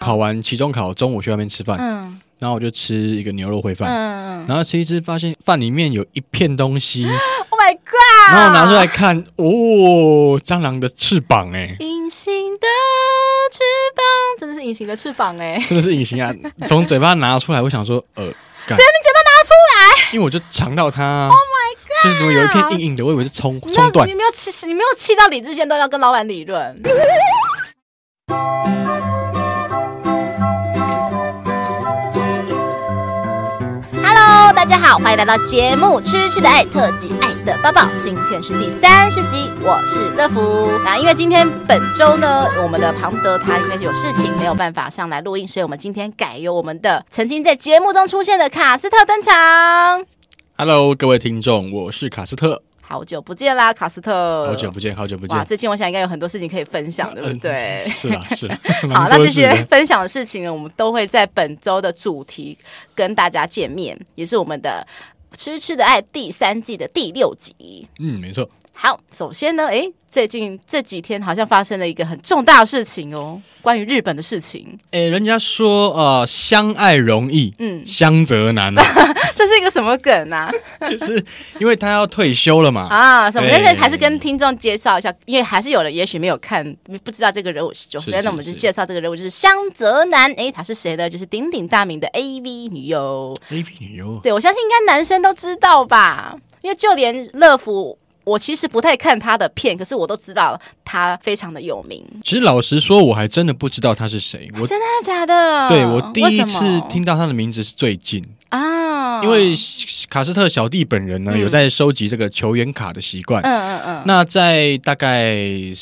考完期中考，中午去外面吃饭，然后我就吃一个牛肉烩饭，然后吃一吃，发现饭里面有一片东西 ，Oh my god！ 然后拿出来看，蟑螂的翅膀隐形的翅膀，真的是隐形的翅膀真的是隐形啊！从嘴巴拿出来，我想说， 只有你嘴巴拿出来， 因为我就尝到它。 Oh my god！ 就是怎么有一片硬硬的，我以为是葱段。 你没有气到理智线都要跟老板理论。大家好，欢迎来到节目《吃吃的爱》特辑《爱的抱抱》，今天是第30集，我是乐福。那因为今天本周呢，我们的庞德他因为有事情没有办法上来录音，所以我们今天改由我们的曾经在节目中出现的卡斯特登场。 Hello， 各位听众，我是卡斯特。 好久不见啦，卡斯特！ 好久不见，好久不见！ 哇，最近我想应该有很多事情可以分享，对不对？ 是啦，是啦。 好，那这些分享的事情呢，我们都会在本周的主题跟大家见面，也是我们的《吃吃的爱》第3季的第6集。 没错。 好，首先呢，最近这几天好像发生了一个很重大的事情哦，关于日本的事情。 人家说相爱容易，相则难啊。 这是一个什么梗啊？ 就是因为他要退休了嘛。 啊，什么？还是跟听众介绍一下，因为还是有人也许没有看，不知道这个人物。首先呢，我们就介绍这个人物，就是相泽南。他是谁呢？就是鼎鼎大名的 AV 女优。 AV 女优， 对，我相信应该男生都知道吧，因为就连乐福。我其实不太看他的片，可是我都知道他非常的有名。 其实老实说，我还真的不知道他是谁。 真的假的？对， 我第一次听到他的名字是最近啊，因为卡斯特小弟本人呢，有在收集这个球员卡的习惯。那在大概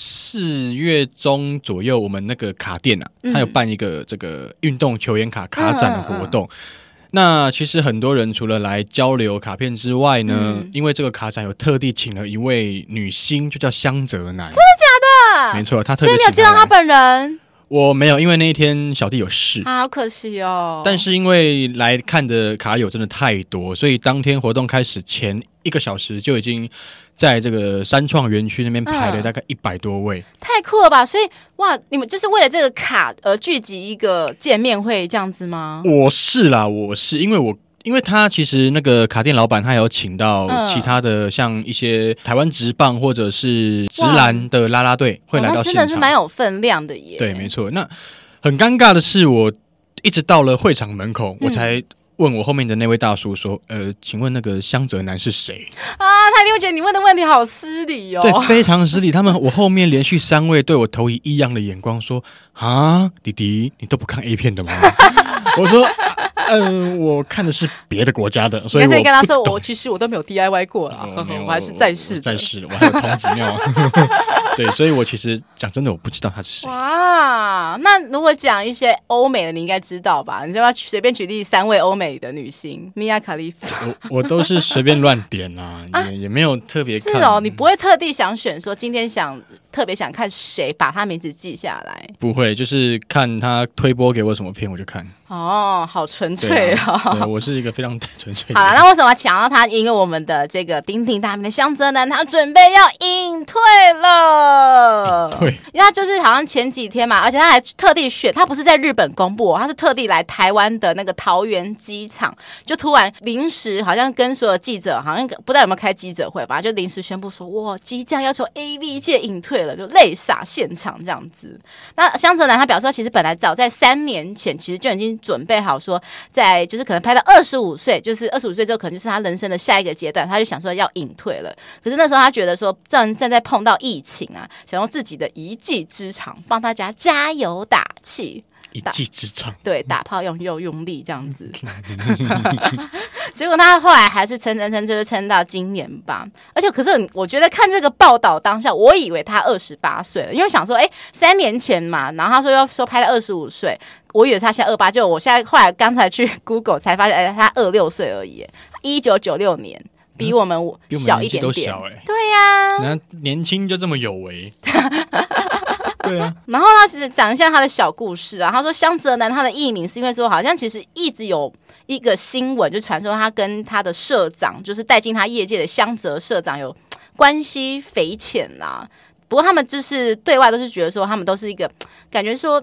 4月中左右，我们那个卡店啊，他有办一个这个运动球员卡卡展的活动。那其实很多人除了来交流卡片之外呢，因为这个卡展有特地请了一位女星，就叫香泽南。真的假的？ 没错，他特地请她来。 所以你有见到他本人？ 我没有，因为那一天小弟有事， 好可惜哦。 但是因为来看的卡友真的太多，所以当天活动开始前1个小时就已经在这个三创园区那边排了大概100多位， 太酷了吧！所以哇，你们就是为了这个卡而聚集一个见面会这样子吗？ 我是因为他其实那个卡店老板他有请到其他的像一些台湾职棒或者是职篮的啦啦队会来到现场， 真的是蛮有分量的耶。 对，没错。那很尴尬的是，我一直到了会场门口，我才问我后面的那位大叔说：“请问那个香泽南是谁？” 啊，他一定会觉得你问的问题好失礼哦。 对，非常失礼。我后面连续3位对我投以异样的眼光，说：“啊，弟弟，你都不看 A 片的吗？”我说。我看的是别的国家的，所以我跟他说，其实我都没有 DIY 过啦，我还是在世的， 我还有童子尿。对，所以我其实讲真的，我不知道他是谁。 哇，那如果讲一些欧美的，你应该知道吧？你要不要随便举例3位欧美的女星？米娅卡利夫， 我都是随便乱点啊，也没有特别看。 是哦，你不会特地想选说今天特别想看谁，把他名字记下来？ 不会，就是看他推播给我什么片我就看。 哦，好纯粹哦！ 对，我是一个非常纯粹的。 好了，那为什么抢到他？因为我们的这个鼎鼎大名的香泽南，他准备要隐退了。 对， 因为他就是好像前几天嘛，而且他还特地他不是在日本公布，他是特地来台湾的那个桃园机场，就突然临时好像跟所有记者，好像不知道有没有开记者会吧，就临时宣布说，哇，即将要求 AV 界隐退了，就泪洒现场这样子。那香泽南他表示，其实本来早在3年前，其实就已经准备好说，在就是可能拍到25岁，就是25岁之后可能就是他人生的下一个阶段，他就想说要隐退了。可是那时候他觉得说，正在碰到疫情啊，想用自己的一技之长帮大家加油打气。 一技之长， 对，打炮又用力这样子。结果他后来还是撑，就是撑到今年吧。而且，可是我觉得看这个报道当下，我以为他28岁了，因为想说，3年前嘛，然后他说拍到25岁，我以为他现在28，就我现在后来刚才去 Google 才发现，他26岁而已，1996年。比我们小一点点，对呀， 那年轻就这么有为。对啊， 然后他其实讲一下他的小故事啊。他说香泽南他的艺名是因为说，好像其实一直有一个新闻，就传说他跟他的社长，就是带进他业界的香泽社长有关系匪浅啦。不过他们就是对外都是觉得说，他们都是一个感觉说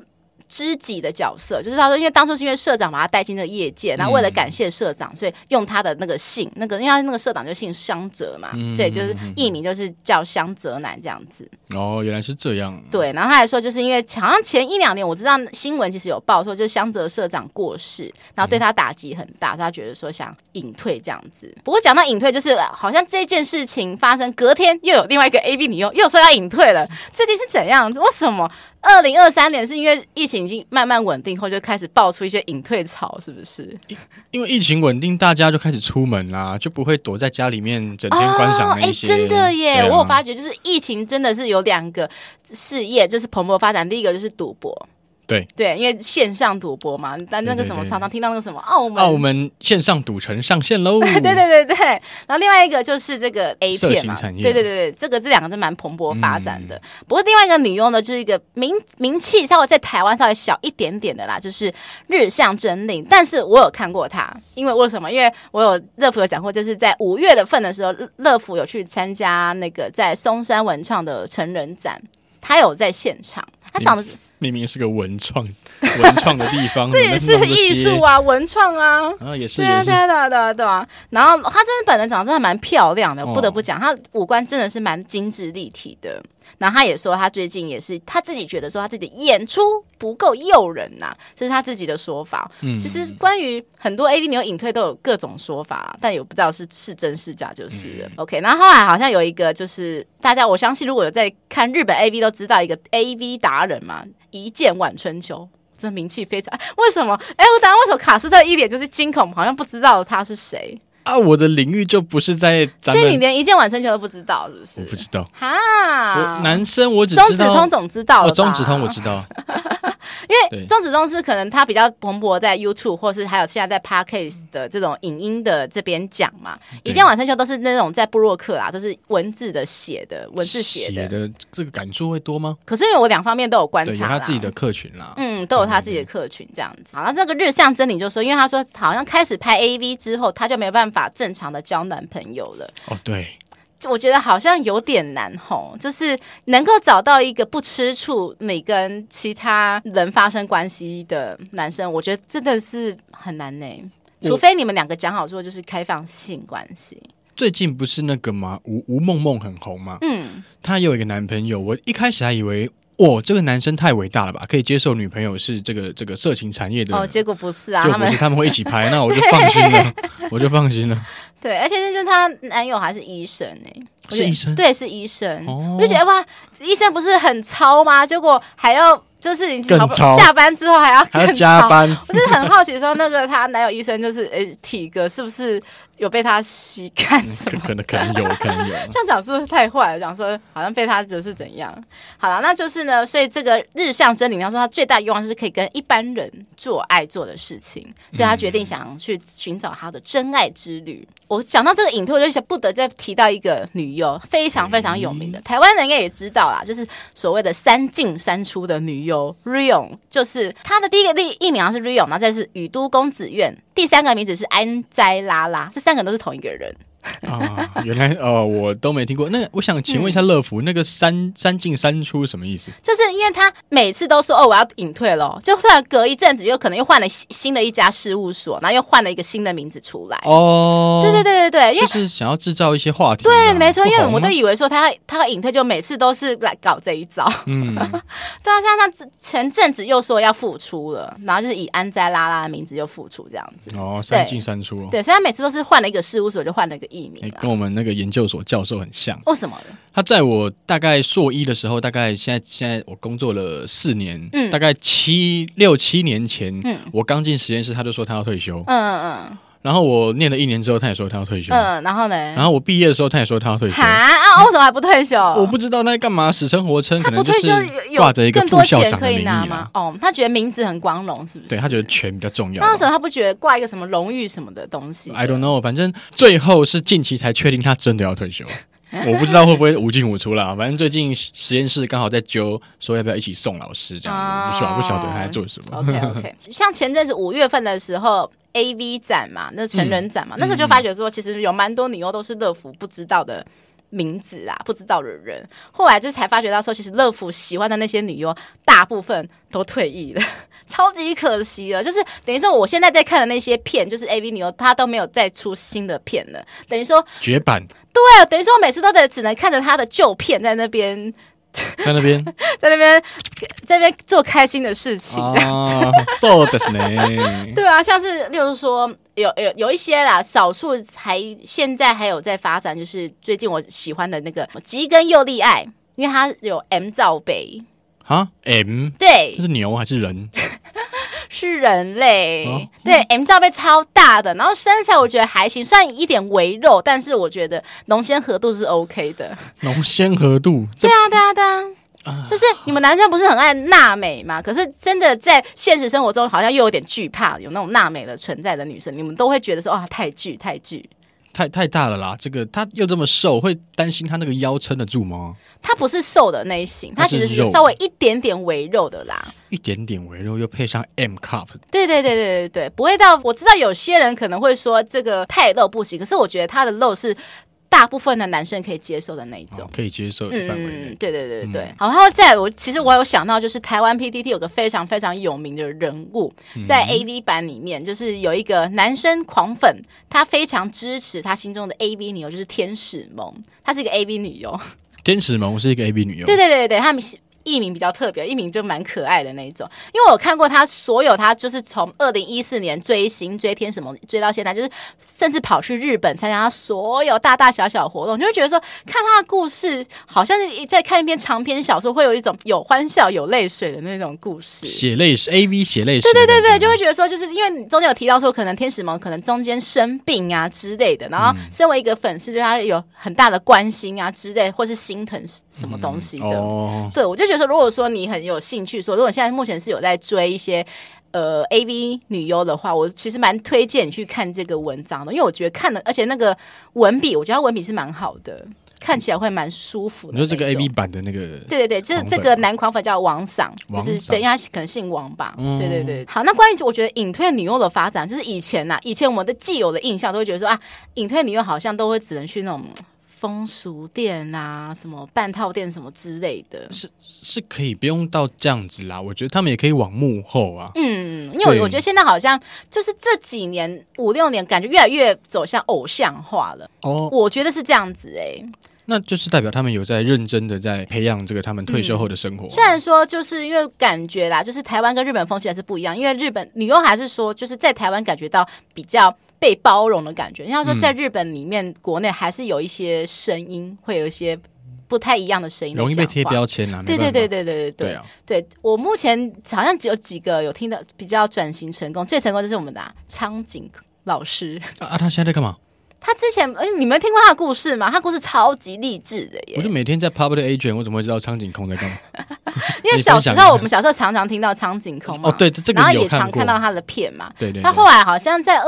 知己的角色，就是他说，因为当初是因为社长把他带进这个业界，然后为了感谢社长，所以用他的那个姓，因为他那个社长就姓香泽嘛，所以就是艺名就是叫香泽男这样子。 哦，原来是这样。 对，然后他还说，就是因为好像前1-2年我知道新闻其实有报说，就是香泽社长过世，然后对他打击很大，所以他觉得说想隐退这样子。不过讲到隐退，就是好像这件事情发生隔天又有另外一个 AV 女优又说要隐退了，这题是怎样？为什么？2023年是因为疫情已经慢慢稳定后，就开始爆出一些隐退潮，是不是？ 因为疫情稳定，大家就开始出门啦，就不会躲在家里面整天观赏那些。 真的耶！我有发觉，就是疫情真的是有2个事业就是蓬勃发展，第一个就是赌博。对，因为线上赌博嘛，但那个什么常常听到那个什么澳门线上赌城上线喽。 对，然后另外一个就是这个 A 片嘛，对，这2个是蛮蓬勃发展的。不过另外一个女优呢，就是一个名气稍微在台湾稍微小一点点的啦，就是日向真绫。但是我有看过她，因为什么？因为我有乐福有讲过，就是在5月份的时候，乐福有去参加那个在松山文创的成人展，她有在现场，她长得。 明明是个文创的地方， 这也是艺术啊，文创啊， 也是， 对啊。然后她真的本人长得真的蛮漂亮的，不得不讲，她五官真的是蛮精致立体的。然后她也说，她最近也是她自己觉得说，她自己的演出不够诱人呐，这是她自己的说法。其实关于很多 AV 女优隐退都有各种说法，但也不知道是真是假就是了。OK， 然后后来好像有一个就是大家我相信如果有在看日本 AV 都知道一个 AV 达人嘛，一见晚春秋。这名气非常，为什么？我等下为什么卡斯特一脸就是惊恐，好像不知道他是谁啊？我的领域就不是在咱们， 所以你连一见晚春秋都不知道，是不是？ 我不知道哈， 男生我只知道中指通总知道了吧？ 中指通我知道。 因为中指通是可能他比较蓬勃在 YouTube 或是还有现在在 Podcast 的这种影音的这边讲嘛，一见晚春秋都是那种在部落客啦，都是文字写的这个感触会多吗？ 可是因为我2方面都有观察啦， 有他自己的客群啦， 都有他自己的客群这样子。好，那这个日向真绫就说，因为他说好像开始拍 AV 之后，他就没办法正常的交男朋友了。 对。 我觉得好像有点难吼，就是能够找到一个不吃醋你跟其他人发生关系的男生，我觉得真的是很难呢。除非你们2个讲好说就是开放性关系。 最近不是那个吗？吴梦梦很红吗？她有一个男朋友，我一开始还以为这个男生太伟大了吧，可以接受女朋友是这个色情产业的。 结果不是啊， 他们会一起拍，那我就放心了。 对，而且就是她男友还是医生是医生？ 对，是医生。我就觉得哇，医生不是很超吗？结果还要就是你下班之后还要加班。 我就是很好奇说，那个她男友医生就是体格是不是有被他吸干什么？ 可能有。 这样讲是不是太坏了？讲说好像被他只是怎样？好了，那就是呢，所以这个日向真绫他说他最大愿望就是可以跟一般人做爱做的事情，所以他决定想去寻找他的真爱之旅。我讲到这个隐退，我就不得再提到一个女优，非常非常有名的，台湾人应该也知道啦，就是所谓的3进3出的女优 Rion， 就是她的第一个艺名是 Rion， 然后再是宇都公子院，第3个名字是安斋拉拉，这3个人都是同一个人。 原来我都没听过。那我想请问一下乐福，那个三进三出什么意思？ 就是因为他每次都说我要隐退了，就突然隔一阵子又可能又换了新的一家事务所，然后又换了一个新的名字出来。对，因为就是想要制造一些话题。 对，没错，因为我都以为说他要隐退，就每次都是来搞这一招。对啊，像他前阵子又说要复出了，然后就是以安斋拉拉的名字又复出这样子。 3进3出。 对，所以他每次都是换了一个事务所就换了一个艺名， 跟我们那个研究所教授很像。 为什么呢？ 他在我大概硕1的时候，大概现在我工作了4年，大概6、7年前，我刚进实验室，他就说他要退休。然后我念了1年之后，他也说他要退休。 然后呢？ 然后我毕业的时候，他也说他要退休。 为什么还不退休？ 我不知道他在干嘛，死撑活撑，可能就是挂着一个副校长的名义吗？他觉得名字很光荣，是不是？ 对，他觉得权比较重要。 那时候他不觉得挂一个什么荣誉什么的东西 ？I don't know， 反正最后是近期才确定他真的要退休。我不知道会不会无进无出啦，反正最近实验室刚好在揪，说要不要一起送老师这样子，不晓得他在做什么。 OK， 像前阵子5月份的时候 ，AV 展嘛，那成人展嘛，那时候就发觉说，其实有蛮多女优都是乐福不知道的名字啊，不知道的人。后来就才发觉到说，其实乐福喜欢的那些女优，大部分都退役了。超级可惜了，就是等于说我现在在看的那些片，就是 AV 女优，她都没有再出新的片了，等于说绝版。 对啊，等于说我每次都只能看着她的旧片在那边， 在那边做开心的事情，这样子。 そうですね。 对啊，像是例如说有一些啦，少数现在还有在发展，就是最近我喜欢的那个吉根佑利爱，因为它有 M 罩杯。 啊 ，M 对， 这是牛还是人？ 是人类。对 ，M 罩杯超大的，然后身材我觉得还行，虽然一点微肉，但是我觉得浓鲜合度是 OK 的。 浓鲜合度？ 对啊。就是你们男生不是很爱娜美吗？可是真的在现实生活中，好像又有点惧怕有那种娜美的存在的女生，你们都会觉得说太巨。 太大了啦！这个他又这么瘦，会担心他那个腰撑得住吗？ 他不是瘦的那一型，他其实是稍微一点点微肉的啦， 一点点微肉又配上 M cup。 对，不会到。我知道有些人可能会说这个太肉不行，可是我觉得他的肉是大部分的男生可以接受的那一种， 可以接受的范围内。 对。好，然后再来其实我有想到，就是台湾 PTT 有个非常非常有名的人物，在 AV 版里面，就是有一个男生狂粉，他非常支持他心中的 AV 女优，就是天使萌，她是一个 AV 女优。 天使萌是一个 AV 女优。 对，他们艺名比较特别，艺名就蛮可爱的那一种。因为我看过他所有，他就是从2014年追星追天使萌追到现在，就是甚至跑去日本参加他所有大大小小活动，你就会觉得说，看他的故事好像是在看一篇长篇小说，会有一种有欢笑有泪水的那种故事， 血泪史 AV 血泪史。 对，就会觉得说，就是因为你中间有提到说，可能天使萌可能中间生病啊之类的，然后身为一个粉丝对他有很大的关心啊之类，或是心疼什么东西的。对，我就觉得说，如果说你很有兴趣说，如果现在目前是有在追一些AV 女优的话，我其实蛮推荐你去看这个文章的，因为我觉得看的，而且那个文笔，我觉得文笔是蛮好的，看起来会蛮舒服的。 你说这个 AV 版的那个？ 对，就是这个男狂粉叫王赏，就是对，因为他可能姓王吧。对。好，那关于我觉得隐退女优的发展，就是以前我们的既有的印象都会觉得说隐退女优好像都会只能去那种风俗店啊，什么半套店什么之类的， 是可以不用到这样子啦。我觉得他们也可以往幕后啊。 因为我觉得现在好像就是这几年5-6年，感觉越来越走向偶像化了。我觉得是这样子那就是代表他们有在认真的在培养这个他们退休后的生活。 虽然说就是因为感觉啦，就是台湾跟日本风气还是不一样，因为日本女优还是说就是在台湾感觉到比较被包容的感觉，要说在日本里面国内还是有一些声音，会有一些不太一样的声音， 容易被贴标签啊。 对，我目前好像只有几个有听到比较转型成功，最成功就是我们的苍井老师他现在在干嘛？ 他之前你们听过他的故事吗？他故事超级励志的耶！ 我就每天在 Public Agent， 我怎么会知道苍井空在干嘛？ 因为小时候我们常常听到苍井空嘛， 对，这个然后也常看到他的片嘛。 对， 他后来好像在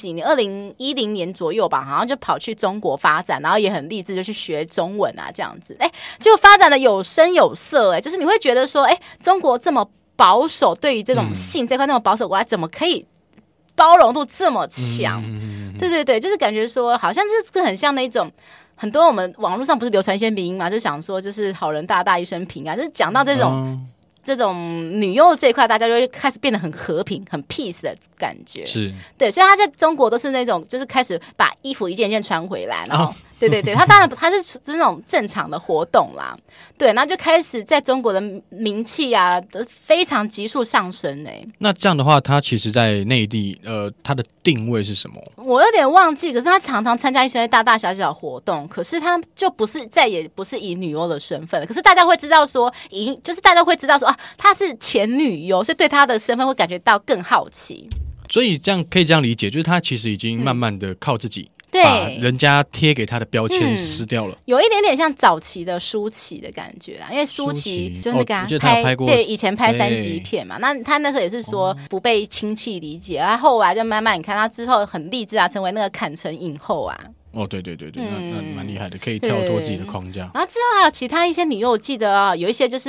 2010年左右吧，好像就跑去中国发展，然后也很励志，就去学中文啊这样子。就发展的有声有色，就是你会觉得说，中国这么保守，对于这种性这块那么保守国家，怎么可以包容度这么强？对，就是感觉说，好像这个很像那种很多我们网络上不是流传一些迷因嘛，就想说就是好人大一生平啊，就是讲到这种女优这一块，大家就会开始变得很和平、很 peace 的感觉。 是， 对，所以他在中国都是那种，就是开始把衣服一件一件穿回来，然后。对，他当然他是那种正常的活动啦，对，然后就开始在中国的名气啊都非常急速上升那这样的话，他其实在内地他的定位是什么？ 我有点忘记，可是他常常参加一些大大小小活动，可是他就再也不是以女优的身份，可是大家会知道说，就是大家会知道说她是前女优，所以对她的身份会感觉到更好奇。 所以这样可以这样理解，就是他其实已经慢慢的靠自己。把人家贴给他的标签撕掉了， 有一点点像早期的舒淇的感觉啦，因为舒淇就那个拍过，对，以前拍3级片嘛，那他那时候也是说不被亲戚理解，然后后来就慢慢你看他之后很励志啊，成为那个坎城影后啊。 对，那蛮厉害的，可以跳脱自己的框架。 然后之后还有其他一些女优，我记得有一些就是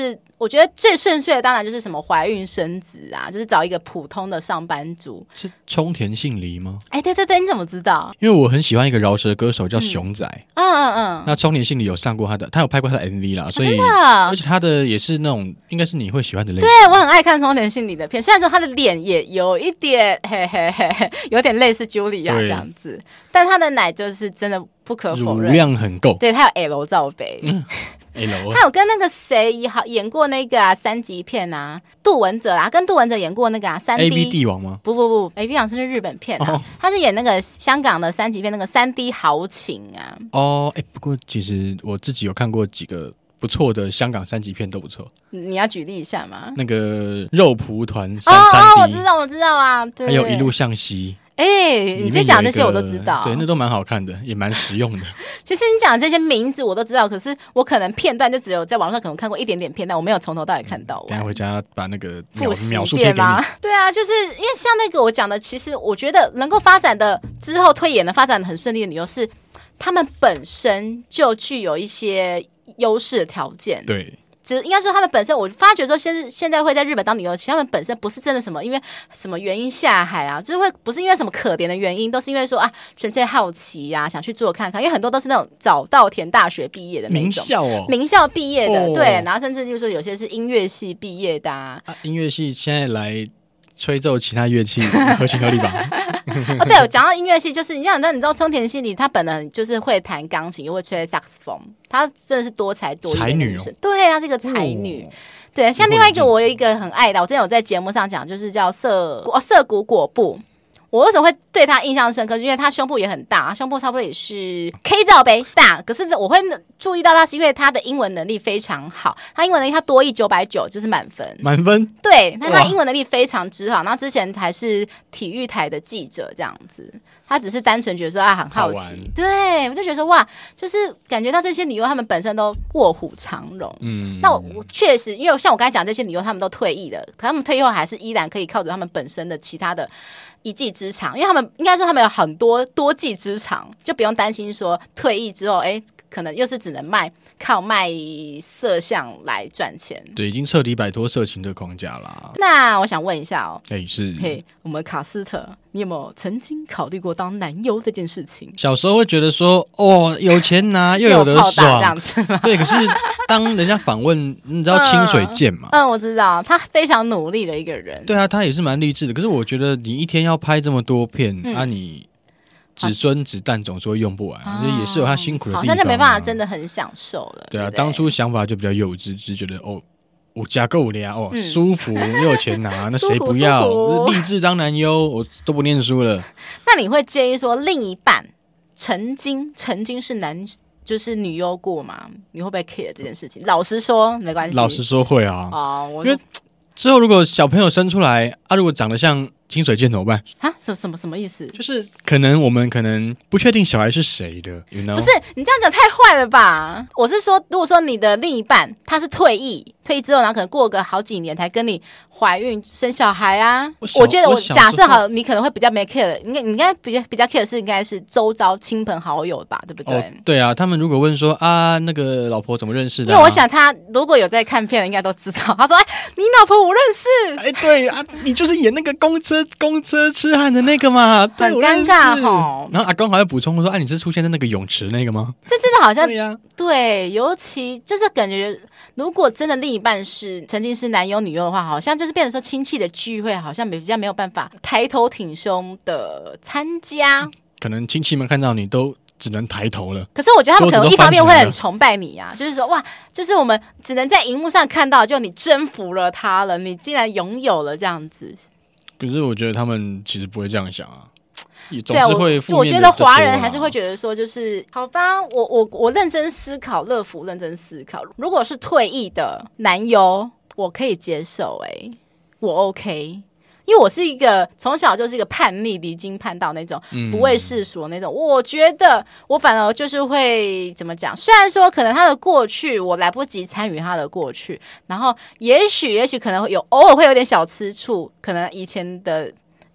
我觉得最顺遂的当然就是什么怀孕生子啊，就是找一个普通的上班族。 是冲田杏梨吗？ 对对对，你怎么知道？ 因为我很喜欢一个饶舌歌手叫熊仔。那冲田杏梨有上过他有拍过他的 MV 啦，所以而且他的也是那种应该是你会喜欢的类型。 对，我很爱看冲田杏梨的片，虽然说他的脸也有一点有点类似 Julia 这样子，但他的奶就是真的不可否认， 乳量很够。 对，他有 L 罩杯。他有跟那个谁演过那个3级片啊，杜文泽啊，跟杜文泽演过那个3D AV 帝王吗？ 不 AV 帝王是日本片啊，他是演那个香港的3级片那个3D 豪情啊。 不过其实我自己有看过几个不错的香港3级片，都不错。 你要举例一下吗？ 那个肉蒲团3D， 我知道啊，对， 还有一路向西。 你今天讲这些我都知道， 对，那都蛮好看的，也蛮实用的。 其实你讲的这些名字我都知道，可是我可能片段就只有在网上可能看过一点点片段，我没有从头到尾看到。 等一下回家把那个描述片吗？对啊，就是因为像那个我讲的，其实我觉得能够发展的之后推演的发展的很顺利的理由是，他们本身就具有一些优势的条件。 对。 应该说他们本身，我发觉说现在会在日本当旅游，其实他们本身不是真的什么因为什么原因下海啊，就是不是因为什么可怜的原因，都是因为说纯粹好奇啊，想去做看看，因为很多都是那种早稻田大学毕业的那种名校毕业的，对，然后甚至就是说有些是音乐系毕业的音乐系现在来吹奏其他乐器合情合理吧？ 对，我讲到音乐系，就是你知道冲田杏梨她本人就是会弹钢琴，又会吹萨克斯风，她真的是多才多艺的女生。对，她是一个才女。对，像另外一个我有一个很爱的，我之前有在节目上讲，就是叫涩谷果布。我为什么会对他印象深刻？因为他胸部也很大，胸部差不多也是 K 罩杯大。可是我会注意到他，是因为他的英文能力非常好。他英文能力，他多益990就是满分。 满分？ 对，那他英文能力非常之好。然后之前还是体育台的记者这样子。他只是单纯觉得说很好奇。对，我就觉得说哇，就是感觉到这些女优她们本身都卧虎藏龙。那我确实，因为像我刚才讲这些女优，她们都退役了，可她们退役后还是依然可以靠着她们本身的其他的一技之长，因为他们应该说他们有很多多技之长，就不用担心说退役之后，可能又是只能靠卖色相来赚钱。 对，已经彻底摆脱色情的框架啦。 那我想问一下我们卡斯特，你有没有曾经考虑过当男优这件事情？ 小时候会觉得说，有钱拿又有得爽，这样子吗？对，可是当人家访问，你知道清水健吗？ 我知道，他非常努力的一个人。 对啊，他也是蛮励志的。可是我觉得你一天要拍这么多片，你子孙子弹总是会用不完，所以也是有他辛苦的地方。 好像就没办法真的很享受了。 对啊，当初想法就比较幼稚，只是觉得我家够了舒服又有钱拿，那谁不要？励志当男优，我都不念书了。 那你会建议说另一半曾经是就是女优过吗？你会不会 care 这件事情？老实说没关系。 老实说会啊。因为之后如果小朋友生出来如果长得像清水健怎么办？ 什么意思？ 就是我们可能不确定小孩是谁的 you know？ 不是，你这样讲太坏了吧？我是说，如果说你的另一半他是退役之后，然后可能过个好几年才跟你怀孕生小孩啊，我觉得我假设好，你可能会比较没 care， 你应该比较 care 是应该是周遭亲朋好友吧，对不对？ 对啊，他们如果问说那个老婆怎么认识的？ 因为我想他如果有在看片的，应该都知道。他说：“你老婆我认识。” 对啊，你就是演那个公车痴汉的那个嘛， 很尴尬齁。 然后阿公还会补充说：“你是出现在那个泳池那个吗？” 这真的好像对呀， 对，尤其就是感觉，如果真的另一半曾经是男优女优的话，好像就是变成说亲戚的聚会，好像比较没有办法抬头挺胸的参加。 可能亲戚们看到你都只能抬头了。 可是我觉得他们可能一方面会很崇拜你啊，就是说哇，就是我们只能在荧幕上看到，就你征服了他了，你竟然拥有了这样子。 可是我觉得他们其实不会这样想啊。 对啊，我觉得华人还是会觉得说，就是好吧，我认真思考，乐福认真思考，如果是退役的男优，我可以接受，我 OK，因为我是一个从小就是一个叛逆、离经叛道那种，不畏世俗那种。我觉得我反而就是会怎么讲？虽然说可能他的过去我来不及参与他的过去，然后也许可能偶尔会有点小吃醋，可能以前的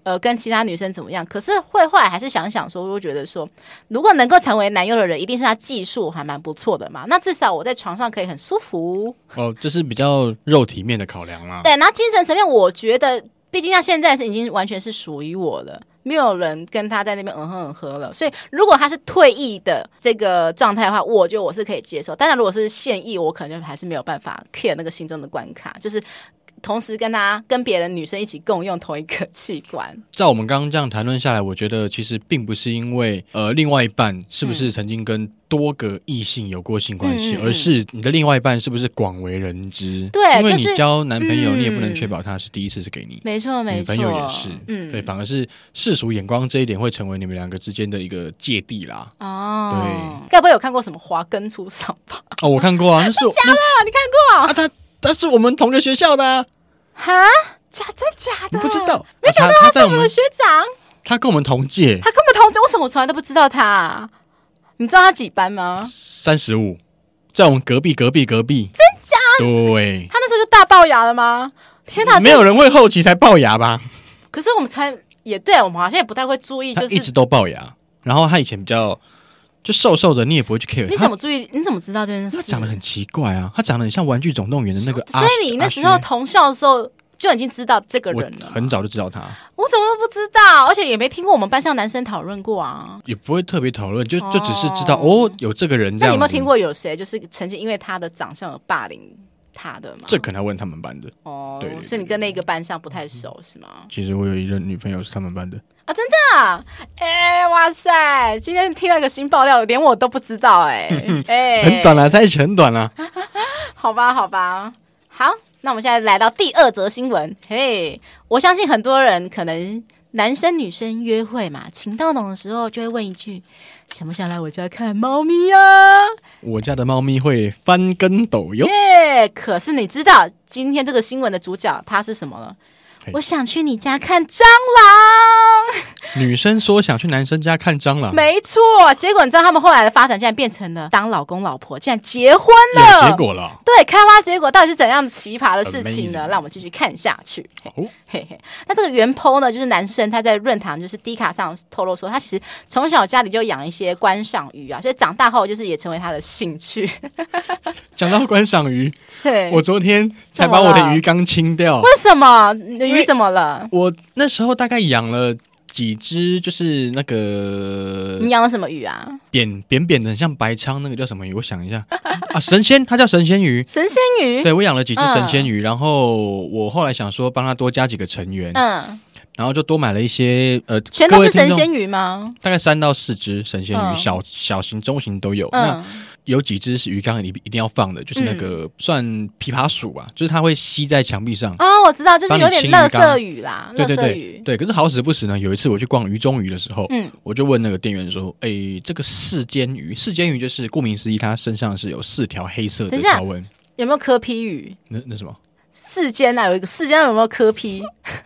跟其他女生怎么样，可是后来还是想想说，我觉得说如果能够成为男优的人，一定是他技术还蛮不错的嘛，那至少我在床上可以很舒服。 这是比较肉体面的考量啦。 对，然后精神层面我觉得毕竟他现在是已经完全是属于我了，没有人跟他在那边喝了，所以如果他是退役的这个状态的话，我觉得我是可以接受。当然如果是现役，我可能就还是没有办法 care 那个心中的关卡，就是同时跟别的女生一起共用同一个器官。 照我们刚刚这样谈论下来，我觉得其实并不是因为另外一半是不是曾经跟多个异性有过性关系，而是你的另外一半是不是广为人知。 对， 因为你交男朋友，你也不能确保他是第一次是给你。 没错没错， 女朋友也是。对，反而是世俗眼光这一点会成为你们两个之间的一个芥蒂啦。 对，该不会有看过什么华根初上吧？ 我看过啊，那是假的，你看过？ 他是我们同个学校的啊。 哈？真假的？ 你不知道？ 没想到他是我们的学长。 他跟我们同届。 他跟我们同届，为什么我从来都不知道他？你知道他几班吗 ？35，在我们隔壁。真假？ 对。 他那时候就大龅牙了吗？天哪！ 没有人会后期才龅牙吧？ 可是我们才也对，我们好像也不太会注意，就是他一直都龅牙。然后他以前比较就瘦瘦的，你也不会去 care。 你怎么注意？你怎么知道这件事？ 他长得很奇怪啊，他长得很像《玩具总动员》的那个所以你那时候同校的时候就已经知道这个人了。 我很早就知道他， 我怎么都不知道，而且也没听过我们班上男生讨论过啊， 也不会特别讨论，就只是知道有这个人这样。 那你有没有听过有谁就是曾经因为他的长相而霸凌他的吗？ 这可能要问他们班的。对， 所以你跟那个班上不太熟是吗？ 其实我有一任女朋友是他们班的啊，真的啊？哇塞！今天听到一个新爆料，连我都不知道很短啦，在一起很短啦。 好吧，好，那我们现在来到第2则新闻。我相信很多人可能男生女生约会嘛，情到浓的时候就会问一句：想不想来我家看猫咪啊？ 我家的猫咪会翻跟斗哟。 可是你知道今天这个新闻的主角他是什么了？我想去你家看蟑螂。 女生说想去男生家看蟑螂， 没错。结果你知道他们后来的发展竟然变成了当老公老婆，竟然结婚了。 有结果了。 对，开花结果到底是怎样奇葩的事情呢？让我们继续看下去。那这个原 po 呢，就是男生他在论坛就是 D 卡上透露说，他其实从小家里就养一些观赏鱼啊，所以长大后就是也成为他的兴趣。 讲到观赏鱼， 对， 我昨天才把我的鱼缸清掉。 为什么？你的鱼怎么了？ 我那时候大概养了几只，就是那个你养了什么鱼啊？ 扁的，很像白鲳，那个叫什么鱼？我想一下神仙，它叫神仙鱼。 神仙鱼， 对，我养了几只神仙鱼，然后我后来想说帮它多加几个成员，然后就多买了一些全都是神仙鱼吗？ 大概3到4只神仙鱼，小型、中型都有。那有几只是鱼缸里一定要放的，就是那个算琵琶鼠吧，就是它会吸在墙壁上。 我知道，就是有点垃圾鱼啦，垃圾鱼。 对，可是好死不死呢，有一次我去逛鱼中鱼的时候，我就问那个店员说：“这个世间鱼就是顾名思义，它身上是有4条黑色的条纹， 有没有柯 P 鱼？ 那什么？ 世间有一个世间有没有柯 P？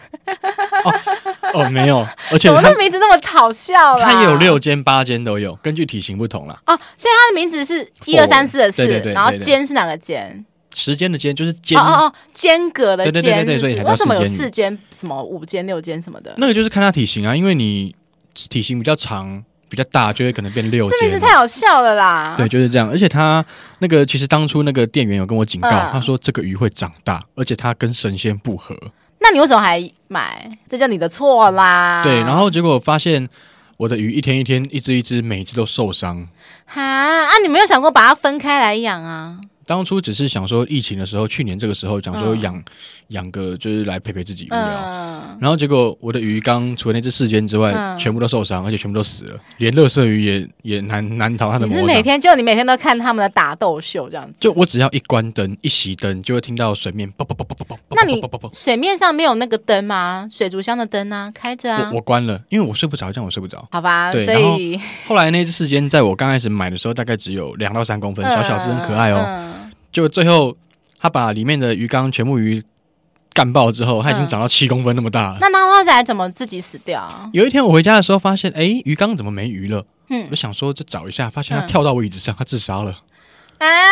没有，而且怎么那名字那么好笑啦？ 它也有6间8间都有，根据体型不同啦。 所以它的名字是1、2、3、4的4， 对， 然后间是哪个间？ 时间的间就是间间隔的间， 对， 为什么有4间、什么5间、6间什么的？ 那个就是看它体型啊，因为你体型比较长、比较大，就会可能变6间。 这名字太好笑了啦！ 对，就是这样。而且他那个其实当初那个店员有跟我警告，他说这个鱼会长大，而且它跟神仙不合。 那你为什么还买？这叫你的错啦！ 对，然后结果发现我的鱼一天一天，一只每一只都受伤。 你没有想过把它分开来养啊？ 当初只是想说疫情的时候，去年这个时候想说养个就是来陪自己无聊，然后结果我的鱼缸除了那只4间之外，全部都受伤，而且全部都死了，连垃圾鱼也难逃它的魔掌。 你每天都看他们的打斗秀这样子？ 就我只要一关灯一熄灯，就会听到水面啵啵啵啵啵啵。 那你水面上没有那个灯吗？水族箱的灯啊，开着啊。 我关了，因为我睡不着，这样我睡不着。 好吧， 对， 所以后来那只4间，在我刚开始买的时候，大概只有2到3公分，小只很可爱哦。就最后他把里面的鱼缸全部鱼干爆之后，它已经长到7公分那么大了。 那它来怎么自己死掉啊？ 有一天我回家的时候，发现鱼缸怎么没鱼了？我想说就找一下，发现它跳到我椅子上，它自杀了。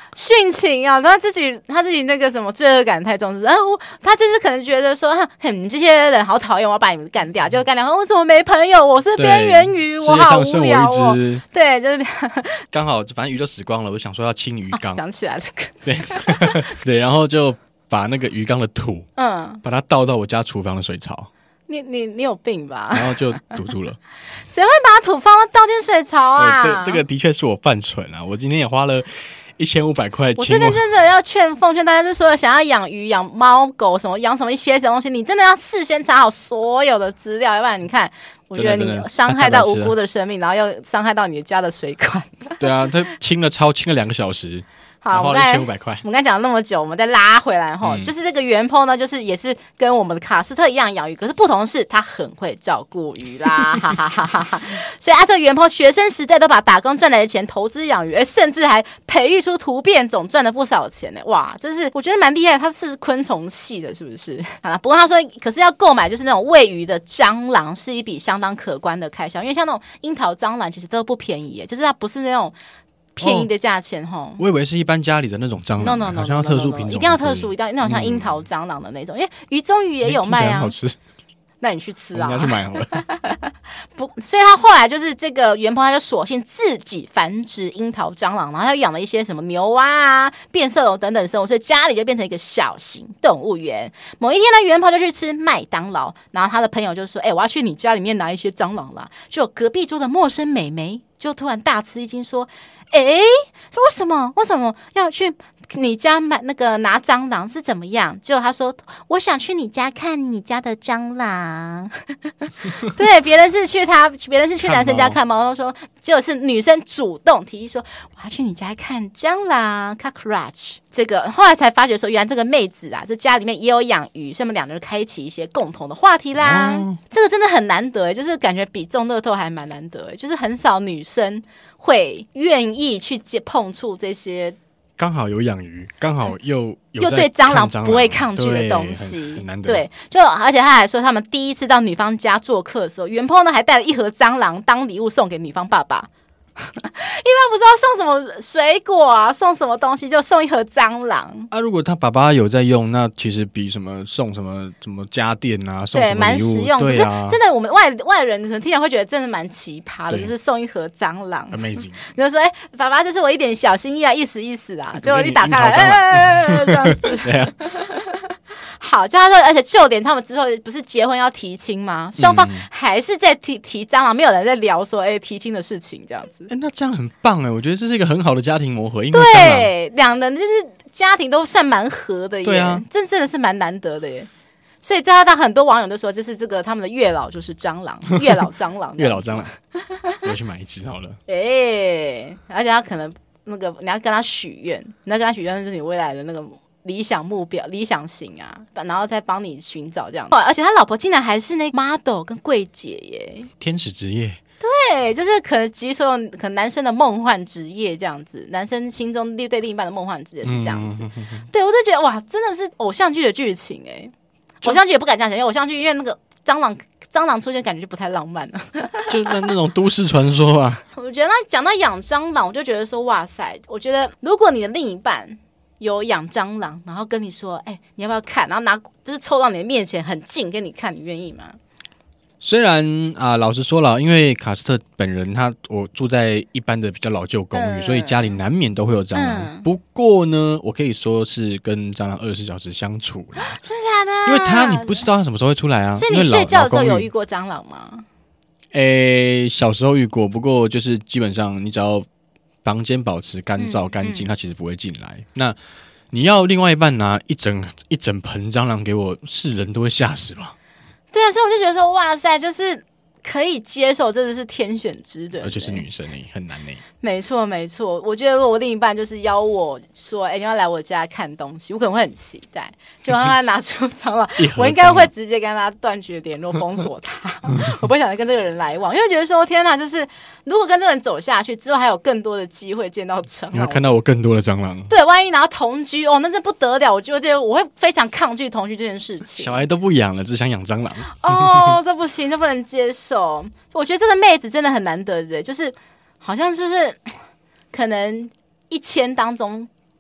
殉情啊！他自己那个什么罪恶感太重视，他就是可能觉得说，你们这些人好讨厌，我要把你们干掉，就干掉。为什么没朋友？我是边缘鱼，我好无聊哦。对，就是刚好反正鱼都死光了，我想说要清鱼缸， 想起来这个， 对对，然后就把那个鱼缸的土，把它倒到我家厨房的水槽。 你有病吧？ 然后就堵住了。 谁会把土倒进水槽啊？ 这个的确是我犯蠢啊！我今天也花了1500块。 我这边真的要奉劝大家，就是说想要养鱼、养猫狗什么，养什么一些东西，你真的要事先查好所有的资料，要不然你看，我觉得你伤害到无辜的生命，然后又伤害到你家的水管。 对啊，他清了2个小时。 好， 花了1500块。 我们刚才讲了那么久，我们再拉回来哈，就是这个原 po 呢，就是也是跟我们的卡斯特一样养鱼，可是不同的是，他很会照顾鱼啦，哈哈哈哈哈。所以这个原 po 学生时代都把打工赚来的钱投资养鱼，甚至还培育出突变种，赚了不少钱呢。哇，真是我觉得蛮厉害的。他是昆虫系的，是不是？好啦，不过他说，可是要购买就是那种喂鱼的蟑螂，是一笔相当可观的开销，因为像那种樱桃蟑螂其实都不便宜耶，就是它不是那种便宜的价钱哈， 我以为是一般家里的那种蟑螂，好像要特殊品种， 一定要特殊，一定要那种像樱桃蟑螂的那种，因为鱼中鱼也有卖啊， 好吃。 那你去吃啊！ 你要去买好了。 不，所以他后来就是这个原 po 他就索性自己繁殖樱桃蟑螂，然后又养了一些什么牛蛙啊、变色龙等等生物，所以家里就变成一个小型动物园。某一天呢，原 po 就去吃麦当劳，然后他的朋友就说：“我要去你家里面拿一些蟑螂啦。”就隔壁桌的陌生美眉就突然大吃一惊说：“说为什么要去你家买那个拿蟑螂是怎么样？”结果他说：“我想去你家看你家的蟑螂。”对，别人是去男生家看猫，他说结果是女生主动提议说：“我要去你家看蟑螂 cockroach。”这个后来才发觉说，原来这个妹子啊，这家里面也有养鱼，所以他们两个人开启一些共同的话题啦。这个真的很难得，就是感觉比中乐透还蛮难得，就是很少女生会愿意去碰触这些刚好有养鱼，刚好又对蟑螂不会抗拒的东西， 很难得。 对，就而且他还说，他们第一次到女方家做客的时候，原 po 呢还带了一盒蟑螂当礼物送给女方爸爸。一般不知道送什么水果啊，送什么东西就送一盒蟑螂啊。如果他爸爸有在用，那其实比什么送什么家电啊，送什么礼物，对， 蛮实用。 对啊， 可是真的我们外人可能听起来会觉得真的蛮奇葩的，就是送一盒蟑螂 ，amazing。 你就说爸爸，这是我一点小心意啊，意思意思啊。结果一打开来，这样子。对啊。好，叫他说，而且就连他们之后不是结婚要提亲吗？双方还是在提蟑螂，没有人在聊说提亲的事情这样子。 那这样很棒我觉得这是一个很好的家庭磨合，因为对两人就是家庭都算蛮合的耶， 对啊， 真的是蛮难得的耶。所以在很多网友都说，就是这个他们的月老就是蟑螂，月老蟑螂， 月老蟑螂，我去买一只好了。 而且他可能那个你要跟他许愿，你要跟他许愿是你未来的那个理想目标、理想型啊，然后再帮你寻找这样。而且他老婆竟然还是那 model 跟柜姐耶， 天使职业。 对，就是可能集所有可能男生的梦幻职业这样子，男生心中对另一半的梦幻职业是这样子。对，我就觉得哇，真的是偶像剧的剧情偶像剧也不敢这样讲，因为偶像剧因为那个蟑螂出现，感觉就不太浪漫了， 就那种都市传说啊。 我觉得讲到养蟑螂，我就觉得说哇塞，我觉得如果你的另一半有养蟑螂，然后跟你说，你要不要看？然后就是凑到你的面前很近跟你看，你愿意吗？ 虽然老实说了，因为卡斯特本人我住在一般的比较老旧公寓，所以家里难免都会有蟑螂。不过呢，我可以说是跟蟑螂24小时相处啦。 真的假的？ 因为你不知道他什么时候会出来啊。 所以你睡觉的时候有遇过蟑螂吗？ 小时候遇过，不过就是基本上你只要房间保持干燥干净，它其实不会进来。那你要另外一半拿一整盆蟑螂给我，是人都会吓死吧？ 对啊，所以我就觉得说，哇塞，就是可以接受，真的是天选之人， 而且是女生很难没错没错，我觉得如果我另一半就是邀我说，你要来我家看东西，我可能会很期待，就让他拿出蟑螂，我应该会直接跟他断绝联络，封锁他，我不会想跟这个人来往，因为觉得说天哪，就是如果跟这个人走下去之后，还有更多的机会见到蟑螂， 你会看到我更多的蟑螂。 对，万一拿到同居那这不得了，我觉得我会非常抗拒同居这件事情。 小孩都不养了，只想养蟑螂。 这不行，这不能接受。我觉得这个妹子真的很难得的，就是好像就是可能1000当中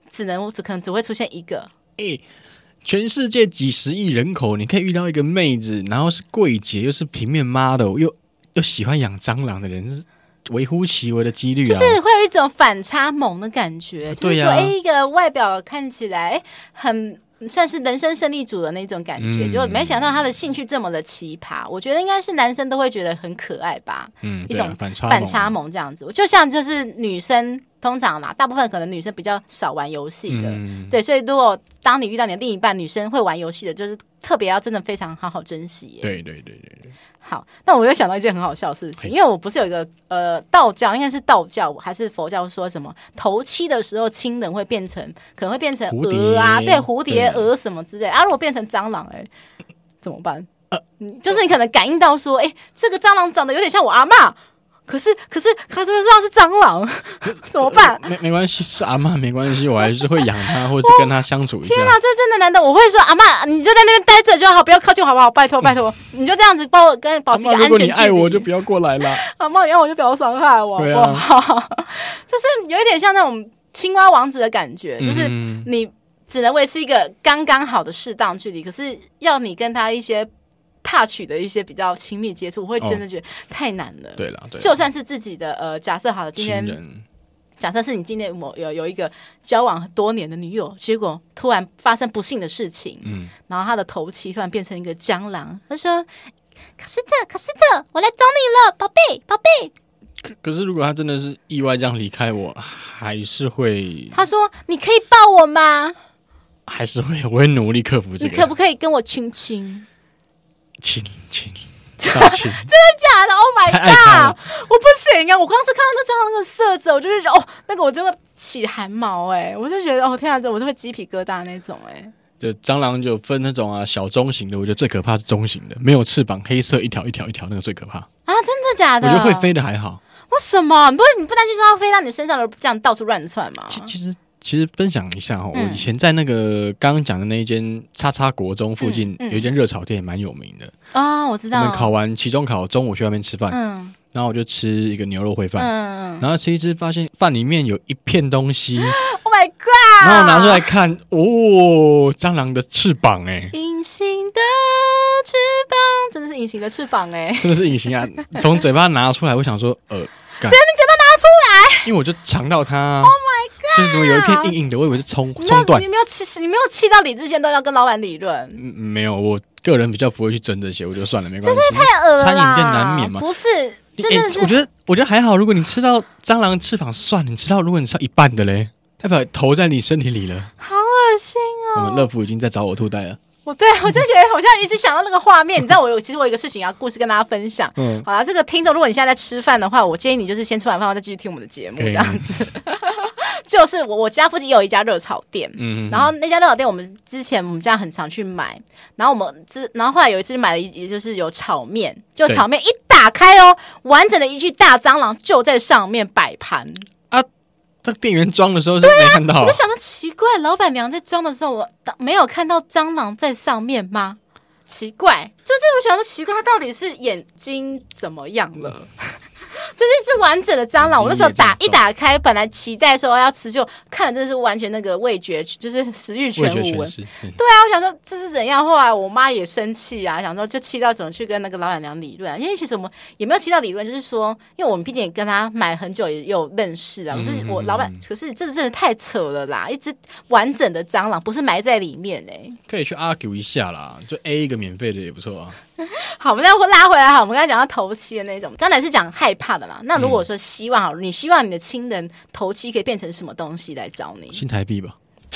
可能只会出现一个。 全世界几十亿人口，你可以遇到一个妹子，然后是柜姐，又是平面 model， 又喜欢养蟑螂的人，微乎其微的几率就是会有一种反差萌的感觉，就是说，一个外表看起来很算是人生胜利组的那种感觉，就没想到他的兴趣这么的奇葩。我觉得应该是男生都会觉得很可爱吧，一种反差萌这样子。就像就是女生通常啦，大部分可能女生比较少玩游戏的，对，所以如果当你遇到你的另一半女生会玩游戏的，就是特别要真的非常好好珍惜耶。 对。 好，那我又想到一件很好笑的事情，因为我不是有一个道教，应该是道教还是佛教说什么头七的时候亲人可能会变成蛾啊，对，蝴蝶、蛾什么之类啊，如果变成蟑螂怎么办？就是你可能感应到说，这个蟑螂长得有点像我阿嬷。可是他知道是蟑螂，怎么办？ 没关系，是阿嬷没关系，我还是会养它，或者跟它相处一下。 天哪，这真的难得！我会说阿嬷，你就在那边待着就好，不要靠近好不好？拜托，你就这样子跟保持一个安全距离。如果你爱我就不要过来了。 阿嬷，你爱我就不要伤害我， 对啊，就是有一点像那种青蛙王子的感觉，就是你只能维持一个刚刚好的适当距离，可是要你跟他一些touch的一些比较亲密接触，我会真的觉得太难了。 对了， 就算是自己的假设好了，今天假设是你今天有一个交往多年的女友，结果突然发生不幸的事情，然后她的头七突然变成一个蟑螂，她说：“可是这，我来找你了，宝贝。” 可是如果他真的是意外这样离开我，还是会。 他说：“你可以抱我吗？” 还是会，我会努力克服这个。 你可不可以跟我亲？ 亲真的假的 ？Oh my god！ 我不行啊！我光是看到那蟑螂那个色泽，我就是那个我就会起汗毛我就觉得天啊，我就会鸡皮疙瘩那种就蟑螂就分那种小中型的，我觉得最可怕是中型的，没有翅膀，黑色一条那个最可怕啊！ 真的假的？ 我觉得会飞的还好。 为什么？你不担心说它飞到你身上而这样到处乱窜吗？ 其实分享一下我以前在那个刚刚讲的那一间叉叉国中附近有一间热炒店也蛮有名的我知道。 我们考完期中考，中午去外面吃饭，然后我就吃一个牛肉烩饭，然后吃一吃，发现饭里面有一片东西 ，Oh my god！ 然后拿出来看，蟑螂的翅膀隐形的翅膀，真的是隐形的翅膀真的是隐形啊！从嘴巴拿出来，我想说只有你嘴巴拿出来， 因为我就尝到它。 Oh my god！ 就是怎么有一片硬硬的，我以为是葱段。 你没有气到理智线都要跟老板理论？ 没有，我个人比较不会去争这些，我就算了，没关系。 这太恶了， 餐饮店难免嘛。 不是，真的是。 我觉得还好，如果你吃到蟑螂翅膀算了，你吃到如果你吃到一半的嘞，代表头在你身体里了， 好恶心我们乐福已经在找我吐袋了。 我真觉得好像一直想到那个画面，你知道其实我有一个事情故事跟大家分享。好了，这个听众，如果你现在在吃饭的话，我建议你就是先吃完饭后再继续听我们的节目，这样子。就是我家附近有一家热炒店，然后那家热炒店我们家很常去买，然后后来有一次买了也就是有炒面，就炒面一打开完整的一具大蟑螂就在上面摆盘。 那店员装的时候是没看到， 我就想到奇怪，老板娘在装的时候，我没有看到蟑螂在上面吗？奇怪，就是我想到奇怪，他到底是眼睛怎么样了？就是一只完整的蟑螂，我那时候一打开，本来期待说要吃，就看的真是完全那个味觉，就是食欲全无。对啊，我想说这是怎样？后来我妈也生气啊，想说就气到怎么去跟那个老板娘理论因为其实我们也没有气到理论，就是说，因为我们毕竟也跟他买很久，也有认识啊。可是我老板，可是这真的太扯了啦！一只完整的蟑螂不是埋在里面可以去 argue 一下啦，就 A 一个免费的也不错啊。 好，我们再拉回来好，我们刚才讲到头七的那种，刚才是讲害怕的嘛。那如果说希望好，你希望你的亲人头七可以变成什么东西来找你？ 新台币吧。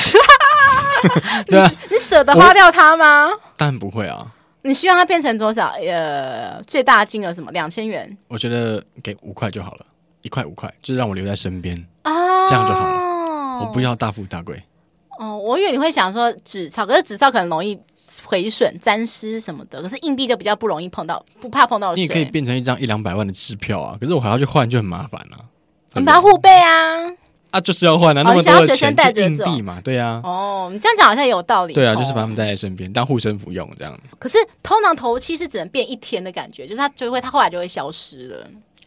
你舍得花掉它吗？ 当然不会啊。 你希望它变成多少？最大金额什么？2000元？ 我觉得给5块就好了，1块5块，就是让我留在身边这样就好了。我不要大富大贵。 我以为你会想说纸钞，可是纸钞可能容易毁损、沾湿什么的，可是硬币就比较不容易碰到，不怕碰到水。 你也可以变成一张100-200万的支票啊，可是我还要去换，就很麻烦啊。 你把它互背啊， 就是要换啊，那么多的钱就硬币嘛，对啊。 你这样讲好像也有道理。 对啊，就是把他们带在身边当护身符用这样。 可是通常头七是只能变1天的感觉，就是它后来就会消失了。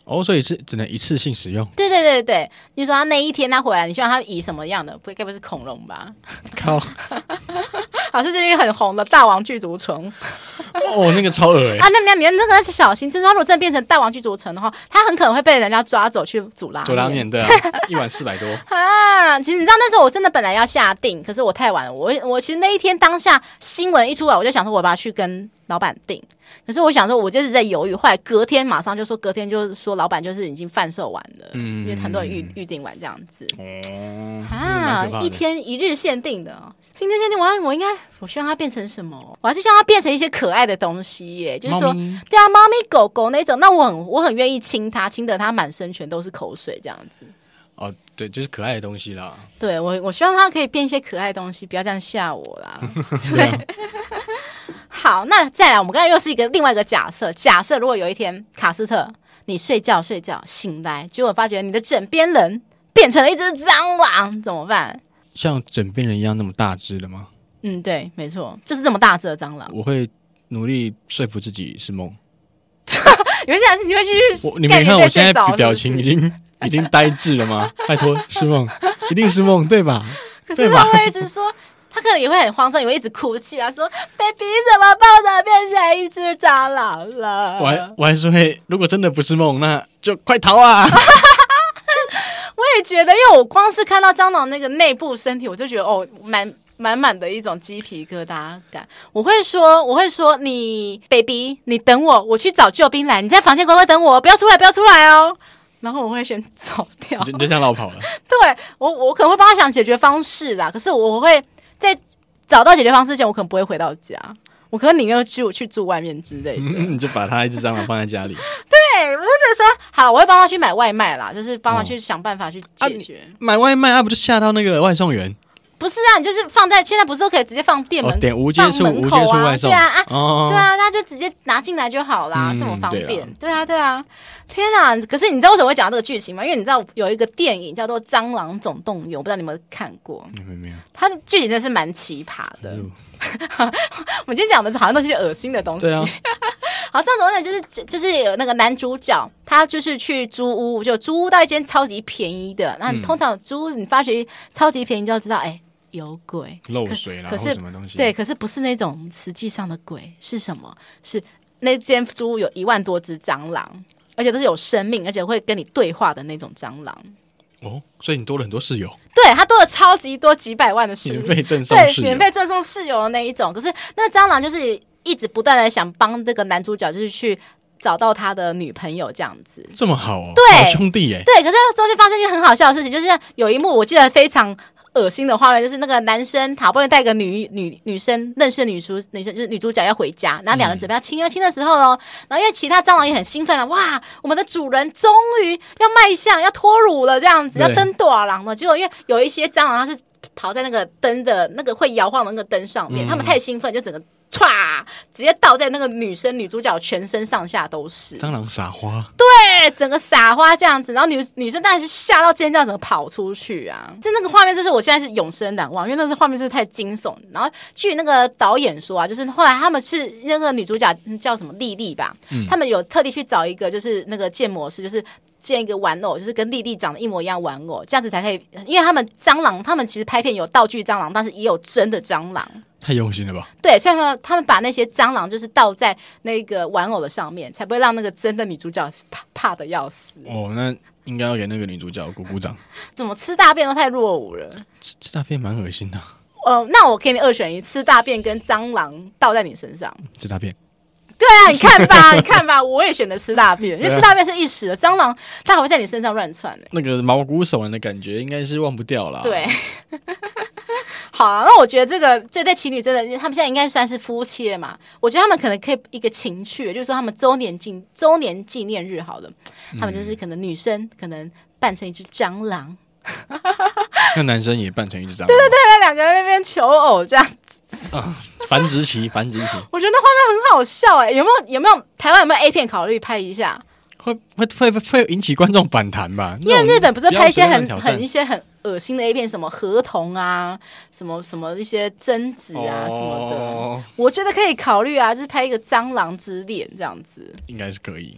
哦，所以是只能一次性使用。 对对对对，你说他那一天他回来，你希望他以什么样的？该不是恐龙吧？ 靠，好，是最近很红的大王巨足虫。 哦，那个超恶欸啊！那你那个要小心，就是他如果真的变成大王巨足虫的话，他很可能会被人家抓走去煮拉面。 煮拉面对啊，1碗400多啊！其实你知道那时候我真的本来要下定，可是我太晚了。我其实那一天当下新闻一出来，我就想说我把它去跟老板订。可是我想说，我就是在犹豫，后来隔天马上就说，隔天就是说老板就是已经贩售完了，因为很多人预定完这样子。一天一日限定的，今天限定我希望它变成什么？我还是希望它变成一些可爱的东西耶，就是说，对啊，猫咪狗狗那种，那我很愿意亲它，亲得它满身全都是口水这样子。 哦，对，就是可爱的东西啦。 对，我希望它可以变一些可爱的东西，不要这样吓我啦。对。好，那再来，我们刚才又是另外一个假设。假设如果有一天卡斯特，你睡觉醒来，结果发觉你的枕边人变成了一只蟑螂，怎么办？像枕边人一样那么大只的吗？ 对，没错，就是这么大只的蟑螂。 我会努力说服自己是梦。 你会去？ 你没看我现在表情已经呆滞了吗？拜托，是梦，一定是梦，对吧？ 可是他会一直说。他可能也会很慌张，也会一直哭泣啊，说 ：“baby 怎么抱着变成一只蟑螂了？” 我还是会，如果真的不是梦，那就快逃啊！ 我也觉得，因为我光是看到蟑螂那个内部身体，我就觉得满满的一种鸡皮疙瘩感。我会说，你 baby， 你等我，我去找救兵来，你在房间乖乖等我，不要出来哦。然后我会先走掉， 你就这样绕跑了。 对，我可能会帮他想解决方式啦，可是我会。在找到解决方式前，我可能不会回到家，我可能宁愿去住外面之类的。 你就把他一只蟑螂放在家里。 对，或者说好，我会帮他去买外卖啦，就是帮他去想办法去解决。 买外卖不就吓到那个外送员？ 不是啊，你就是放在现在不是都可以直接放店门， 点无接触外送。 对啊，对啊，他就直接拿进来就好啦，这么方便。对啊，天啊！可是你知道为什么会讲到这个剧情吗？因为你知道有一个电影叫做《蟑螂总动员》，我不知道你有没有看过。 没有。 它的剧情真的是蛮奇葩的。我们今天讲的好像都是些恶心的东西。对啊。好，这种呢就是有那个男主角，他就是去租屋，就租屋到一间超级便宜的。那你通常租屋，你发觉超级便宜，就要知道，有鬼漏水啦，或什么东西？ 对，可是不是那种实际上的鬼，是什么？是那间租屋有1万多只蟑螂，而且都是有生命，而且会跟你对话的那种蟑螂。 哦，所以你多了很多室友。 对，他多了超级多几百万的室友， 免费赠送室友， 对，免费赠送室友的那一种。可是那个蟑螂就是一直不断的想帮这个男主角，就是去找到他的女朋友这样子。 这么好哦， 对， 好兄弟耶。 对，可是中间发生一件很好笑的事情，就是有一幕我记得非常恶心的画面，就是那个男生好不容易带个女生认识的女生就是女主角要回家，然后两人准备要亲的时候咯，然后因为其他蟑螂也很兴奋了，哇，我们的主人终于要迈向要脱乳了，这样子要登大廊了。结果因为有一些蟑螂它是跑在那个灯的那个会摇晃的那个灯上面，他们太兴奋，就整个唰直接倒在那个女主角全身上下都是蟑螂撒花。 对，整个撒花这样子，然后女生当然是吓到尖叫，整个跑出去啊！就那个画面，就是我现在是永生难忘，因为那个画面真的太惊悚。然后据那个导演说啊，就是后来他们是那个女主角叫什么莉莉吧，他们有特地去找一个就是那个建模师，就是建一个玩偶，就是跟莉莉长得一模一样玩偶，这样子才可以。因为他们蟑螂，他们其实拍片有道具蟑螂，但是也有真的蟑螂。 太用心了吧？ 对，所以他们把那些蟑螂就是倒在那个玩偶的上面，才不会让那个真的女主角怕的要死。 哦，那应该要给那个女主角鼓掌。怎么吃大便都太落伍了？ 吃大便蛮恶心的。 那我给你2选1，吃大便跟蟑螂倒在你身上。 吃大便。 对啊，你看吧，我也选择吃大便，因为吃大便是一时的，蟑螂它还会在你身上乱窜那个毛骨悚然的感觉应该是忘不掉啦。 对。好啊，那我觉得这对情侣真的，他们现在应该算是夫妻了嘛。我觉得他们可能可以一个情趣，就是说他们周年纪念日好了，他们就是可能女生可能扮成一只蟑螂， 那男生也扮成一只蟑螂。 对，两个人在那边求偶这样子。 繁殖期。我觉得那画面很好笑有没有台湾有没有 A 片考虑拍一下？ 会引起观众反弹吧？ 因为日本不是拍一些一些很恶心的 A 片，什么合同啊，什么一些争执啊什么的，我觉得可以考虑啊，就是拍一个蟑螂之恋这样子， 应该是可以。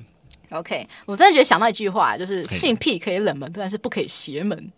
OK， 我真的觉得想到一句话，就是性癖可以冷门，但是不可以邪门。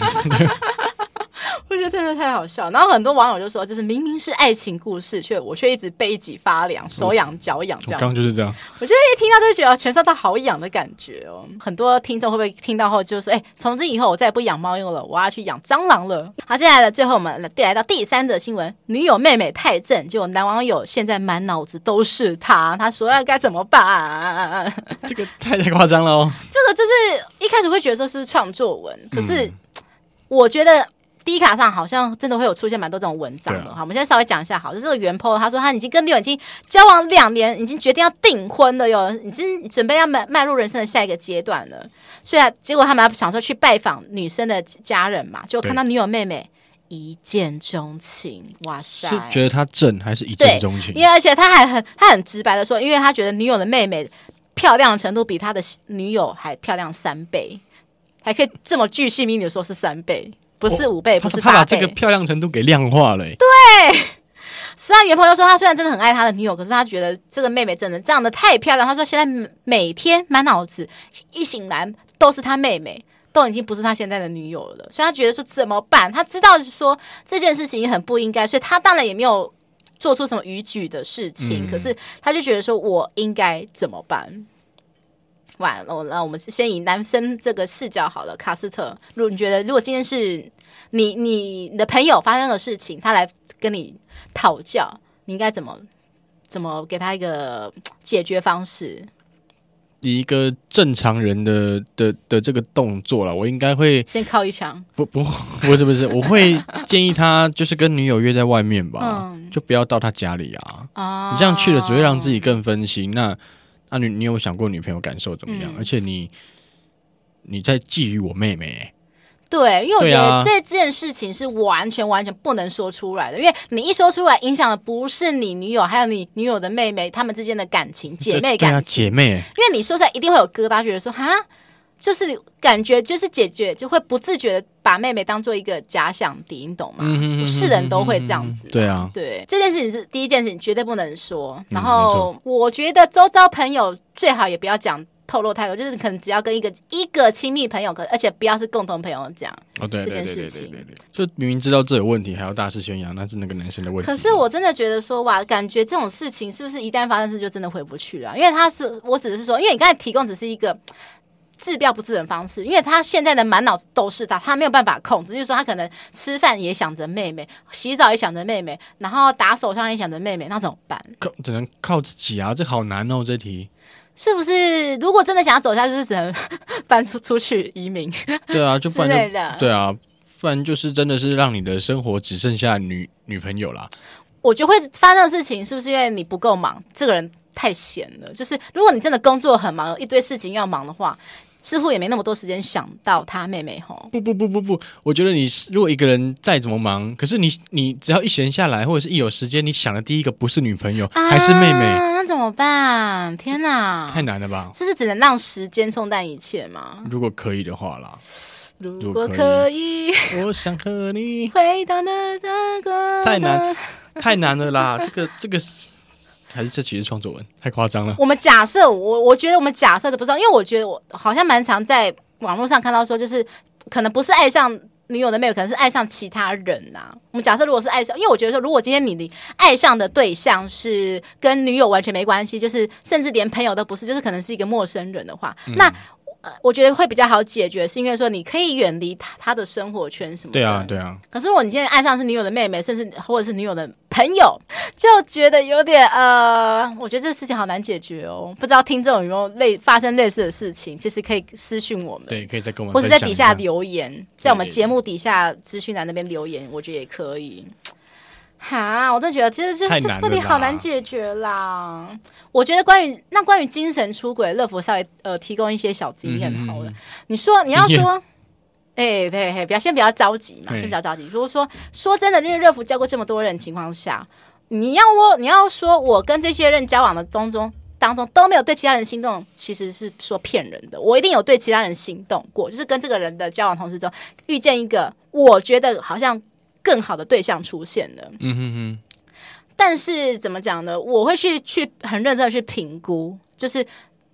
我觉得真的太好笑。然后很多网友就说，就是明明是爱情故事，我却一直背脊发凉，手痒脚痒这样。 刚就是这样。 我觉得一听到就觉得全身都好痒的感觉哦。很多听众会不会听到后就说，从今以后我再也不养猫用了，我要去养蟑螂了。好，接下来的最后我们来到第3则新闻，女友妹妹太正，结果男网友现在满脑子都是她，他说要该怎么办？ 这个太夸张了哦。 这个就是一开始会觉得说是创作文，可是我觉得D 卡上好像真的会有出现蛮多这种文章的。好，我们现在稍微讲一下。好，就是这个原 po， 他说他已经跟女友已经交往2年，已经决定要订婚了哟，已经准备要迈入人生的下一个阶段了。所以结果他们想说去拜访女生的家人嘛，就看到女友妹妹一见钟情。哇塞， 是觉得他正还是一见钟情？ 因为而且他很直白的说，因为他觉得女友的妹妹漂亮的程度比他的女友还漂亮3倍，还可以这么巨细靡遗的说是3倍。不是5倍，不是8倍， 他把这个漂亮程度给量化了。 对，虽然原朋友说他虽然真的很爱他的女友，可是他觉得这个妹妹真的长得太漂亮。他说现在每天满脑子一醒来都是他妹妹，都已经不是他现在的女友了。所以他觉得说怎么办？他知道说这件事情很不应该，所以他当然也没有做出什么逾矩的事情。可是他就觉得说我应该怎么办？完了，那我们先以男生这个视角好了。卡斯特，你觉得如果今天是你的朋友发生的事情，他来跟你讨教，你应该怎么给他一个解决方式？ 以一个正常人的这个动作啦，我应该会先靠一枪。 不是，我会建议他就是跟女友约在外面吧，就不要到他家里啊。你这样去了只会让自己更分心。那你有想过女朋友感受怎么样？而且你在觊觎我妹妹。 对，因为我觉得这件事情是完全不能说出来的，因为你一说出来，影响的不是你女友，还有你女友的妹妹，他们之间的感情，姐妹感情。对啊， 姐妹。 因为你说出来一定会有疙瘩，觉得说哈，就是感觉就是姐姐就会不自觉的把妹妹当做一个假想敌，你懂吗？是人都会这样子。 对啊， 对，这件事情是第一件事情，绝对不能说。然后我觉得周遭朋友最好也不要讲。透露太多，就是可能只要跟一个亲密朋友，而且不要是共同朋友讲这件事情。 就明明知道这有问题，还要大肆宣扬，那是那个男生的问题。 可是我真的觉得说，哇，感觉这种事情是不是一旦发生事就真的回不去了？因为我只是说，因为你刚才提供只是一个治标不治本方式，因为他现在的满脑子都是他没有办法控制，就是说他可能吃饭也想着妹妹，洗澡也想着妹妹，然后打手枪也想着妹妹，那怎么办？ 只能靠自己啊，这好难哦，这题。 是不是？如果真的想要走下去，就是只能搬出去移民。 对啊，就不然之类的。 对啊，不然就是真的是让你的生活只剩下女朋友啦。 我觉得会发生的事情，是不是因为你不够忙？这个人太闲了。就是如果你真的工作很忙，有一堆事情要忙的话，似乎也没那么多时间想到他妹妹吼。 不，我觉得你如果一个人再怎么忙，可是你只要一闲下来，或者是一有时间，你想的第一个不是女朋友，还是妹妹， 那怎么办？天哪， 太难了吧？ 这是只能让时间冲淡一切吗？ 如果可以的话啦。 如果可以， 我想和你回到那个太难了啦！这个。还是这其实创作文太夸张了。 我们假设，我觉得我们假设的不知道，因为我觉得我好像蛮常在网络上看到说，就是可能不是爱上女友的妹妹，可能是爱上其他人啊。我们假设如果是爱上，因为我觉得说，如果今天你爱上的对象是跟女友完全没关系，就是甚至连朋友都不是，就是可能是一个陌生人的话，那我觉得会比较好解决，是因为说你可以远离他的生活圈什么的。 对啊。可是如果你今天爱上是女友的妹妹，甚至或者是女友的朋友，就觉得有点我觉得这个事情好难解决哦。不知道听众有没有发生类似的事情，其实可以私讯我们， 对，可以再跟我们或者在底下留言，在我们节目底下资讯栏那边留言，我觉得也可以。哈，我真的觉得其实这问题好难解决啦。我觉得关于精神出轨，乐福稍微提供一些小经验好了。你要说，先不要着急嘛，先不要着急。如果说真的，因为乐福交过这么多人情况下，你要说我跟这些人交往的当中都没有对其他人心动，其实是说骗人的。我一定有对其他人心动过，就是跟这个人的交往同时中遇见一个我觉得好像更好的对象出现了。但是怎么讲呢？我会去很认真的去评估，就是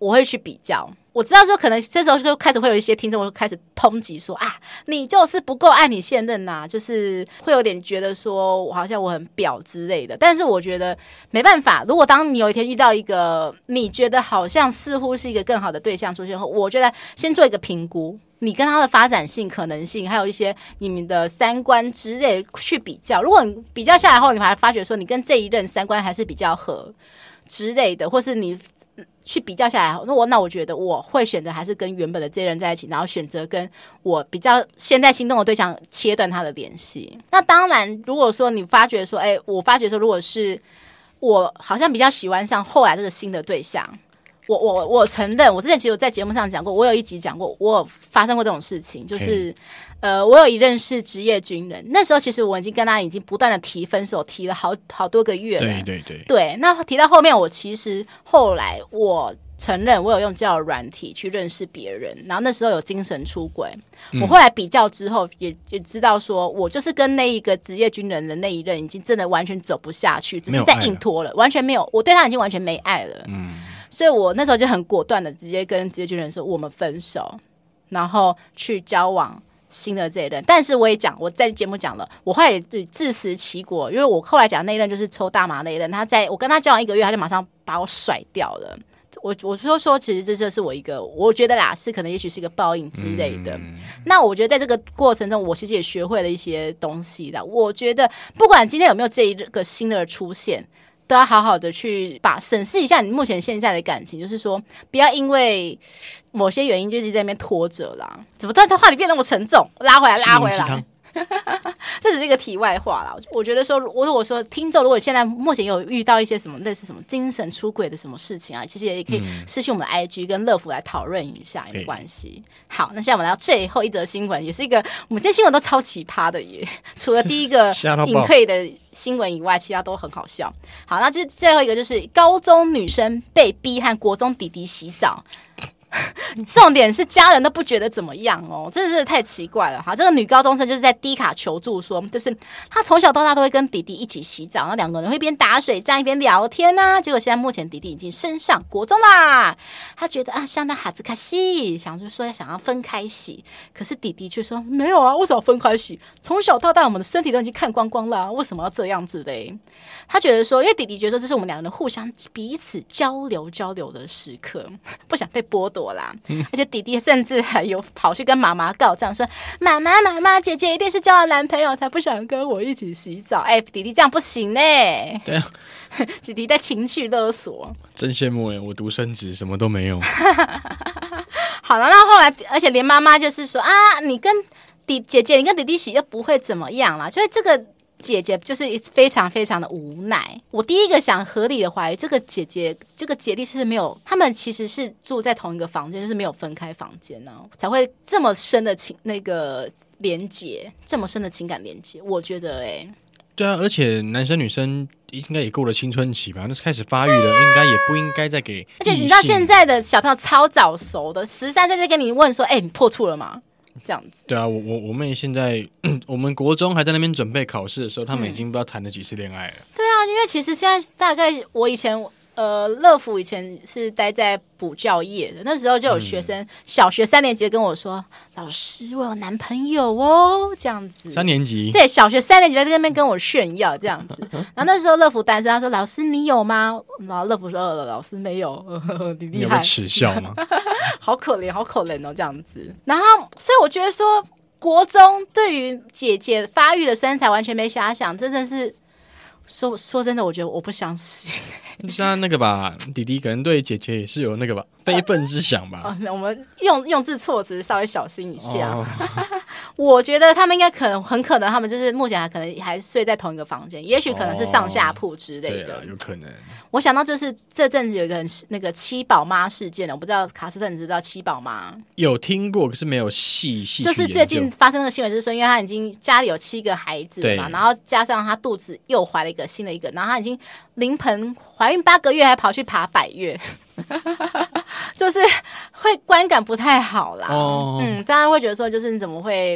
我会去比较。我知道说可能这时候就开始会有一些听众会开始抨击说啊，你就是不够爱你现任啊，就是会有点觉得说我好像我很婊之类的。但是我觉得没办法，如果当你有一天遇到一个你觉得好像似乎是一个更好的对象出现后，我觉得先做一个评估，你跟他的发展性、可能性，还有一些你们的三观之类去比较。如果你比较下来后，你还发觉说你跟这一任三观还是比较合之类的，或是你去比较下来，那我觉得我会选择还是跟原本的这人在一起，然后选择跟我比较现在心动的对象切断他的联系。那当然，如果说你发觉说，我发觉说，如果是我好像比较喜欢上后来这个新的对象，我承认，我之前其实有在节目上讲过，我有一集讲过，我有发生过这种事情，就是我有一任是职业军人，那时候其实我已经跟他已经不断的提分手，提了好多个月了。对，那提到后面，我其实后来我承认我有用交友软体去认识别人，然后那时候有精神出轨。我后来比较之后也知道说，我就是跟那一个职业军人的那一任已经真的完全走不下去，只是在硬拖了，完全没有，我对他已经完全没爱了。所以我那时候就很果断的直接跟职业军人说我们分手，然后去交往新的这一任。但是我也讲，我在节目讲了，我后来也自食其果，因为我后来讲那一任就是抽大麻那一任，我跟他交往1个月，他就马上把我甩掉了。我说其实这就是我一个，我觉得啦，是可能也许是一个报应之类的。那我觉得在这个过程中，我其实也学会了一些东西的。我觉得不管今天有没有这一个新的出现，都要好好的去审视一下你目前现在的感情，就是说不要因为某些原因就是在那边拖着啦。怎么他话题变那么沉重？拉回来。这只是一个题外话啦。我觉得说，如果说听众如果现在目前有遇到一些什么类似什么精神出轨的什么事情啊，其实也可以私讯我们的 IG 跟乐福来讨论一下，也没关系。好，那现在我们来到最后一则新闻，也是一个我们今天新闻都超奇葩的耶，除了第一个隐退的新闻以外，其他都很好笑。好，那这最后一个就是高中女生被逼和国中弟弟洗澡。重点是家人都不觉得怎么样哦，真的是太奇怪了。好，这个女高中生就是在D卡求助说，就是她从小到大都会跟弟弟一起洗澡，然后2个人会一边打水战一边聊天啊。结果现在目前弟弟已经升上国中啦，她觉得相当哈兹卡西，想要分开洗，可是弟弟却说没有啊，为什么要分开洗？从小到大我们的身体都已经看光光了，为什么要这样子嘞？他觉得说，因为弟弟觉得说这是我们2个人互相彼此交流的时刻，不想被剥夺啦。而且弟弟甚至还有跑去跟妈妈告状，说妈妈，姐姐一定是交了男朋友才不想跟我一起洗澡。弟弟这样不行嘞。对啊，弟弟在情绪勒索， 真羡慕耶，我独生子什么都没有。 好了，那后来而且连妈妈就是说啊，你跟姐姐你跟弟弟洗又不会怎么样啦，所以这个姐姐就是非常非常的无奈。我第一个想合理的怀疑，这个姐弟是没有，他们其实是住在同一个房间，就是没有分开房间呢，才会这么深的连结，这么深的情感连结。我觉得对啊，而且男生女生应该也过了青春期吧，那是开始发育了，应该也不应该再给。 而且你知道现在的小朋友超早熟的，13岁就跟你问说，你破处了吗？这样子。 对啊，我妹现在我们国中还在那边准备考试的时候，他们已经不知道谈了几次恋爱了。 对啊，因为其实现在大概我以前乐福以前是待在补教业的，那时候就有学生小学3年级跟我说，老师我有男朋友哦，这样子。 3年级？ 对，小学3年级在那边跟我炫耀这样子。然后那时候乐福单身，他说老师你有吗？然后乐福说老师没有。你厉害。 你有被耻笑吗？ 好可怜哦，这样子。然后所以我觉得说国中对于姐姐发育的身材完全没遐想，真的是说真的，我觉得我不相信。 像那个吧，弟弟可能对姐姐也是有那个吧非分之想吧。 我们用字措辞稍微小心一下。我觉得他们应该很可能他们就是目前可能还睡在同一个房间，也许可能是上下铺之类的。 对啊，有可能。 我想到就是这阵子有一个那个七宝妈事件了，我不知道卡斯特你知不知道七宝妈？ 有听过，可是没有细就是最近发生那个新闻，就是说因为他已经家里有7个孩子了嘛，然后加上他肚子又怀了一个新的一个，然后他已经临盆怀孕8个月，还跑去爬百岳。就是会观感不太好啦。大家会觉得说，就是你怎么会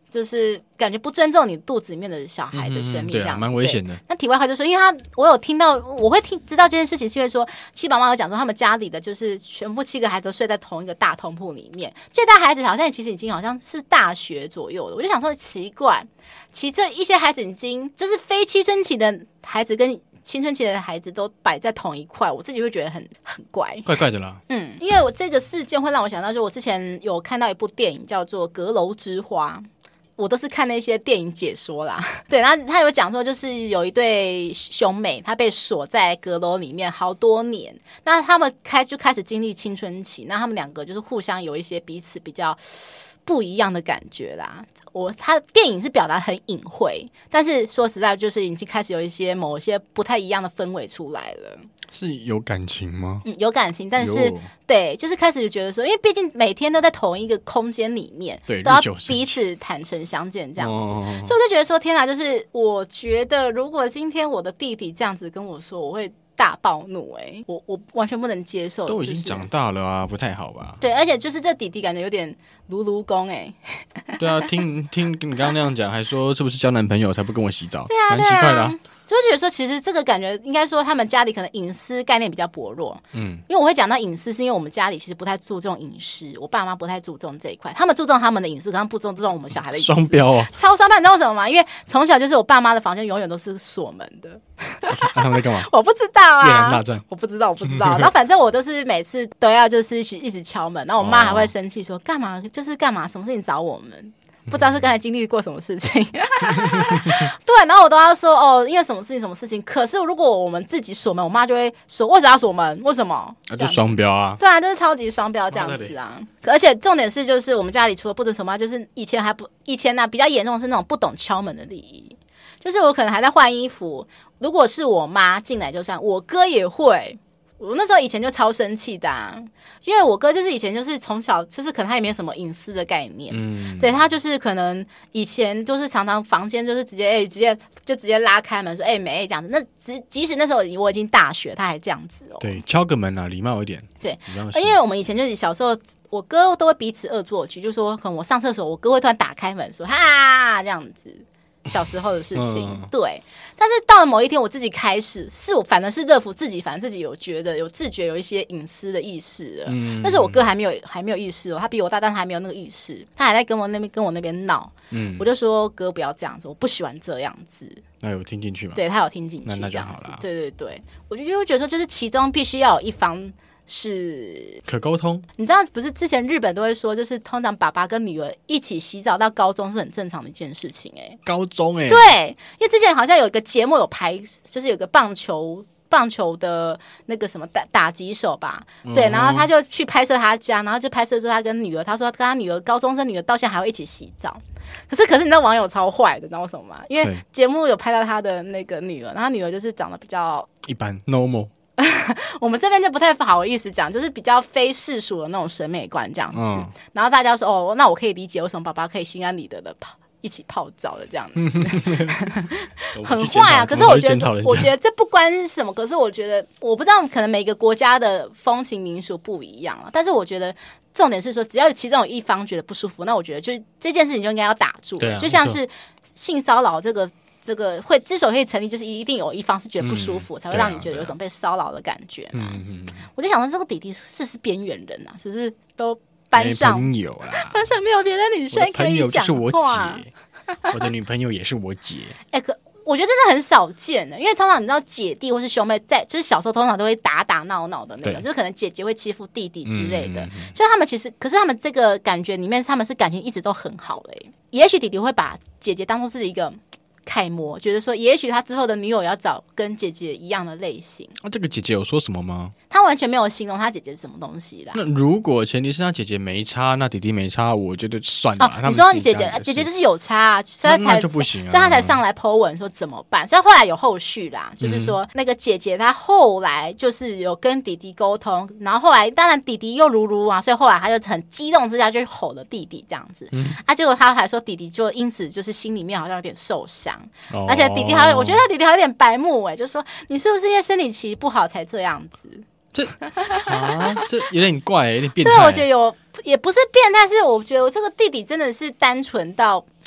就是感觉不尊重你肚子里面的小孩的生命，这样子， 蛮危险的。 那题外话就是说，因为我有听到，我会知道这件事情，是因为说七宝妈有讲说，他们家里的就是全部7个孩子都睡在同一个大通铺里面，最大孩子好像其实已经好像是大学左右了。我就想说奇怪，其实这一些孩子已经就是非青春期的孩子跟青春期的孩子都摆在同一块，我自己会觉得很怪， 怪怪的啦。 因为我这个事件会让我想到，就我之前有看到一部电影叫做《阁楼之花》。我都是看那些电影解说啦，对，然后他有讲说，就是有一对兄妹，他被锁在阁楼里面好多年，那他们就开始经历青春期，那他们2个就是互相有一些彼此比较不一样的感觉啦。他电影是表达很隐晦，但是说实在，就是已经开始有一些某些不太一样的氛围出来了。 是有感情吗？ 有感情，但是对，就是开始觉得说，因为毕竟每天都在同一个空间里面， 对， 都要彼此坦诚相见这样子，所以我就觉得说，天哪！就是我觉得，如果今天我的弟弟这样子跟我说，我会大暴怒我完全不能接受， 都已经长大了啊，不太好吧？ 对，而且就是这弟弟感觉有点卢公对啊，听你刚刚那样讲，还说是不是交男朋友才不跟我洗澡？ 对啊， 蛮奇怪的啊。 就觉得说，其实这个感觉应该说他们家里可能隐私概念比较薄弱。因为我会讲到隐私，是因为我们家里其实不太注重隐私，我爸妈不太注重这一块，他们注重他们的隐私，可他们不注重我们小孩的隐私。 双标啊， 超双标！你知道为什么吗？因为从小就是我爸妈的房间永远都是锁门的。 他们在干嘛？ 我不知道啊。 越南大战？ 我不知道。然后反正我都是每次都要就是一直敲门，然后我妈还会生气说干嘛？就是干嘛？什么事情找我们？不知道是刚才经历过什么事情。对，然后我都要说因为什么事情。可是如果我们自己锁门，我妈就会说为什么要锁门？为什么？ 就双标啊！ 对啊，就是超级双标这样子啊！而且重点是，就是我们家里除了不准锁门，就是以前呢比较严重的是那种不懂敲门的礼仪，就是我可能还在换衣服，如果是我妈进来就算，我哥也会。我那时候以前就超生气的因为我哥就是以前就是从小就是可能他也没有什么隐私的概念，对，他就是可能以前就是常常房间就是直接拉开门说没这样子，那即使那时候我已经大学，他还这样子对，敲个门礼貌一点， 对，因为我们以前就是小时候，我哥都会彼此恶作剧，就说可能我上厕所，我哥会突然打开门说哈这样子。小时候的事情，对，但是到了某一天，我自己开始反正是乐福自己，反正自己有自觉有一些隐私的意识了。但是我哥还没有意识他比我大，但他还没有那个意识，他还在跟我那边闹。我就说哥不要这样子，我不喜欢这样子。 那有听进去吗？ 对，他有听进去， 那就好了。 对，我就会觉得说，就是其中必须要有一方是可沟通。 你知道不是之前日本都会说，就是通常爸爸跟女儿一起洗澡到高中是很正常的一件事情高中对，因为之前好像有一个节目有拍，就是有个棒球的那个什么打击手吧，对，然后他就去拍摄他家，然后就拍摄说他跟女儿，他说跟他女儿高中生女儿到现在还会一起洗澡。可是你知道网友超坏的，你知道为什么吗？因为节目有拍到他的那个女儿，然后他女儿就是长得比较一般 normal。 我们这边就不太好意思讲，就是比较非世俗的那种审美观这样子。然后大家说那我可以理解为什么爸爸可以心安理得的一起泡澡的这样子。很坏啊！可是我觉得这不关什么。可是我觉得我不知道，可能每个国家的风情民俗不一样但是我觉得重点是说，只要其中有一方觉得不舒服，那我觉得就这件事情就应该要打住。就像是性骚扰这个会之所以成立，就是一定有一方是觉得不舒服，才会让你觉得有一种被骚扰的感觉嘛。我就想说，这个弟弟是不是边缘人是不是都班上没有别的女生可以讲话？ 我的女朋友也是我姐。 我觉得真的很少见因为通常你知道姐弟或是兄妹就是小时候通常都会打闹的那种，就是可能姐姐会欺负弟弟之类的。就他们可是他们这个感觉里面，他们是感情一直都很好也许弟弟会把姐姐当作是一个楷模，觉得说也许他之后的女友要找跟姐姐一样的类型。 这个姐姐有说什么吗？ 他完全没有形容他姐姐是什么东西啦。 那如果前提是他姐姐没差，那弟弟没差，我觉得算了。 你说姐姐就是有差所以他才不行所以他才上来 po 文说怎么办。所以后来有后续啦，就是说那个姐姐她后来就是有跟弟弟沟通，然后后来当然弟弟又如所以后来他就很激动之下就吼了弟弟这样子。结果他还说弟弟就因此就是心里面好像有点受伤。而且弟弟我觉得他弟弟还有点白目就说你是不是因为生理期不好才这样子？ 这有点怪有点变态。 对，我觉得也不是变态，是我觉得我这个弟弟真的是单纯到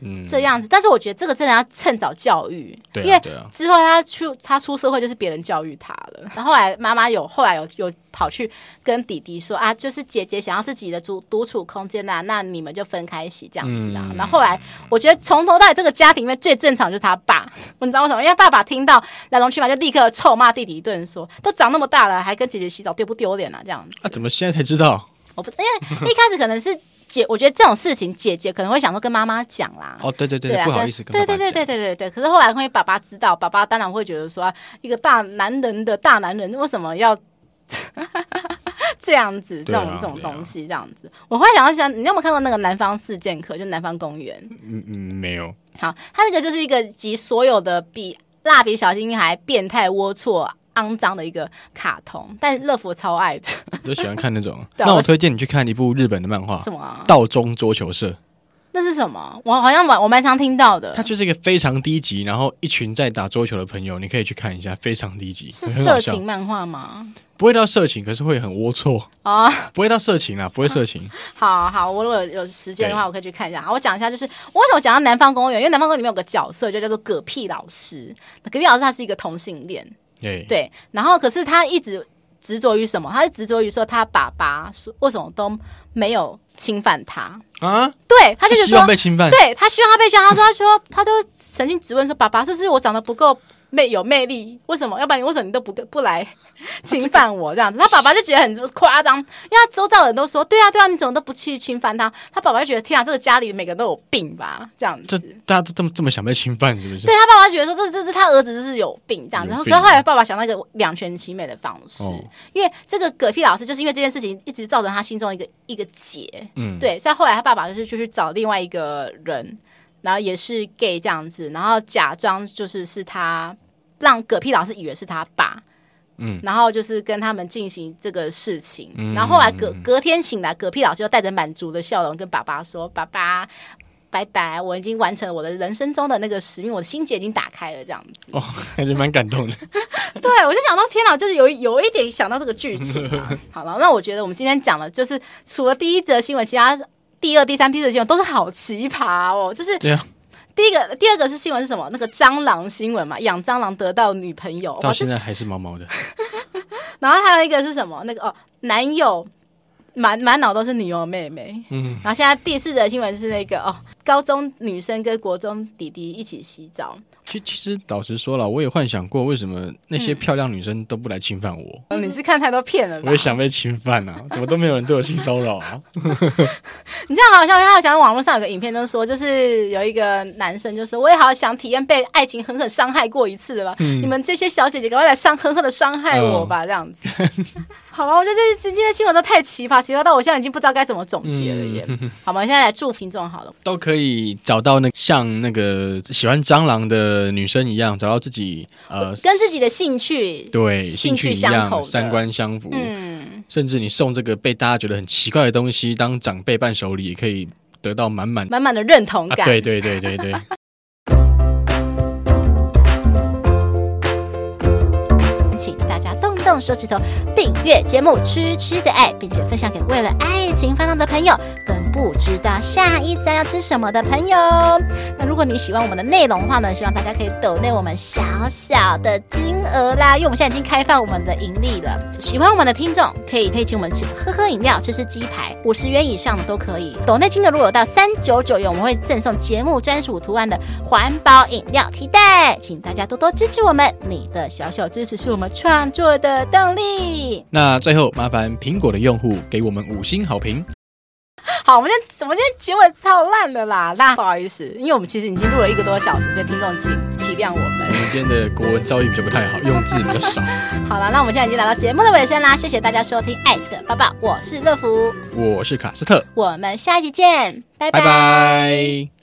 这样子。但是我觉得这个真的要趁早教育，因为之后他出社会就是别人教育他了。然后后来妈妈后来有跑去跟弟弟说啊，就是姐姐想要自己的独处空间啊，那你们就分开洗这样子啊。然后后来我觉得从头到尾这个家庭里面最正常就是他爸，你知道为什么？因为爸爸听到来龙去脉就立刻臭骂弟弟一顿，说都长那么大了还跟姐姐洗澡，丢不丢脸啊？这样子。 怎么现在才知道？ 我不，因为一开始可能是我觉得这种事情姐姐可能会想说跟妈妈讲啦。 对，不好意思跟爸爸讲。对。可是后来因为爸爸知道，爸爸当然会觉得说，一个大男人为什么要这样子，这种东西这样子。我后来想，你有没有看过那个南方四剑客，就南方公园？ 没有。 好，它那个就是一个集所有的比蜡笔小新还变态龌龊肮脏的一个卡通，但乐福超爱的， 我就喜欢看那种。那我推荐你去看一部日本的漫画， 什么道中桌球社。 那是什么？我好像我蛮常听到的。 它就是一个非常低级，然后一群在打桌球的朋友，你可以去看一下，非常低级。 是色情漫画吗？ 不会到色情，可是会很龌龊啊！不会到色情啦，不会色情。 好，我如果有时间的话，我可以去看一下。我讲一下，就是我为什么讲到南方公园，因为南方公园里面有个角色就叫做嗝屁老师。嗝屁老师他是一个同性恋，对，然后可是他一直执着于什么？他是执着于说他爸爸为什么都没有侵犯他啊？对，他就觉得说希望被侵犯， 对他希望他被侵犯。他都曾经质问说：“爸爸，是不是我长得不够有魅力？为什么？要不然为什么你都不来侵犯我这样子？”他爸爸就觉得很夸张，因为他周遭人都说：“对啊，你怎么都不去侵犯他？”他爸爸就觉得：“天啊，这个家里每个人都有病吧？”这样子， 大家都这么想被侵犯，是不是？ 对，他爸爸觉得说这他儿子就是有病这样子。然后后来爸爸想到一个两全其美的方式，因为这个嗝屁老师就是因为这件事情一直造成他心中一个结，对，所以后来他爸爸就去找另外一个人，然后也是 gay 这样子，然后假装是他让嗝屁老师以为是他爸。然后就是跟他们进行这个事情，然后后来隔天醒来，嗝屁老师又带着满足的笑容跟爸爸说：“爸爸，拜拜，我已经完成了我的人生中的那个使命，我的心结已经打开了。”这样子， 感觉蛮感动的。 对，我就想到天哪，就是有一点想到这个剧情啊。好了，那我觉得我们今天讲的就是除了第一则新闻，其他第二、第三、第四则新闻都是好奇葩哦，就是对啊。第二个是新闻是什么？那个蟑螂新闻嘛，养蟑螂得到女朋友， 到现在还是毛毛的。 然后还有一个是什么？那个男友满脑都是女友妹妹。然后现在第四则新闻是那个高中女生跟国中弟弟一起洗澡。 其实老实说了，我也幻想过为什么那些漂亮女生都不来侵犯我。 你是看太多片了吧？ 我也想被侵犯啊，怎么都没有人对我性骚扰啊？ 你这样好像还有想网络上有个影片，就说就是有一个男生就说，我也好想体验被爱情狠狠伤害过一次的吧。你们这些小姐姐赶快来狠狠的伤害我吧，这样子。好吧，我觉得今天的新闻都太奇葩到我现在已经不知道该怎么总结了耶。好吧，现在来祝听众好了， 都可以找到像那个喜欢蟑螂的女生一样，找到自己跟自己的兴趣兴趣相口，三观相符。甚至你送这个被大家觉得很奇怪的东西当长辈伴手礼，也可以得到满满的认同感。 对。 请大家动手指头订阅节目《吃吃的爱》，并且分享给为了爱情烦恼的朋友，跟不知道下一餐要吃什么的朋友。那如果你喜欢我们的内容的话呢，希望大家可以抖内我们小小的金额啦，因为我们现在已经开放我们的盈利了。喜欢我们的听众可以请我们喝饮料，吃鸡排，50元以上的都可以。抖内金额如果有到399元，我们会赠送节目专属图案的环保饮料提袋，请大家多多支持我们，你的小小支持是我们创作的动力。 那最后麻烦苹果的用户给我们5星好评。 好，我们今天结尾超烂的啦，那不好意思，因为我们其实已经录了1个多小时，所以听众请体谅我们。 我们今天的国文造诣比较不太好，用字比较少。 好了，那我们现在已经来到节目的尾声啦，谢谢大家收听《爱的抱抱》，我是乐福， 我是卡斯特， 我们下一集见，拜拜。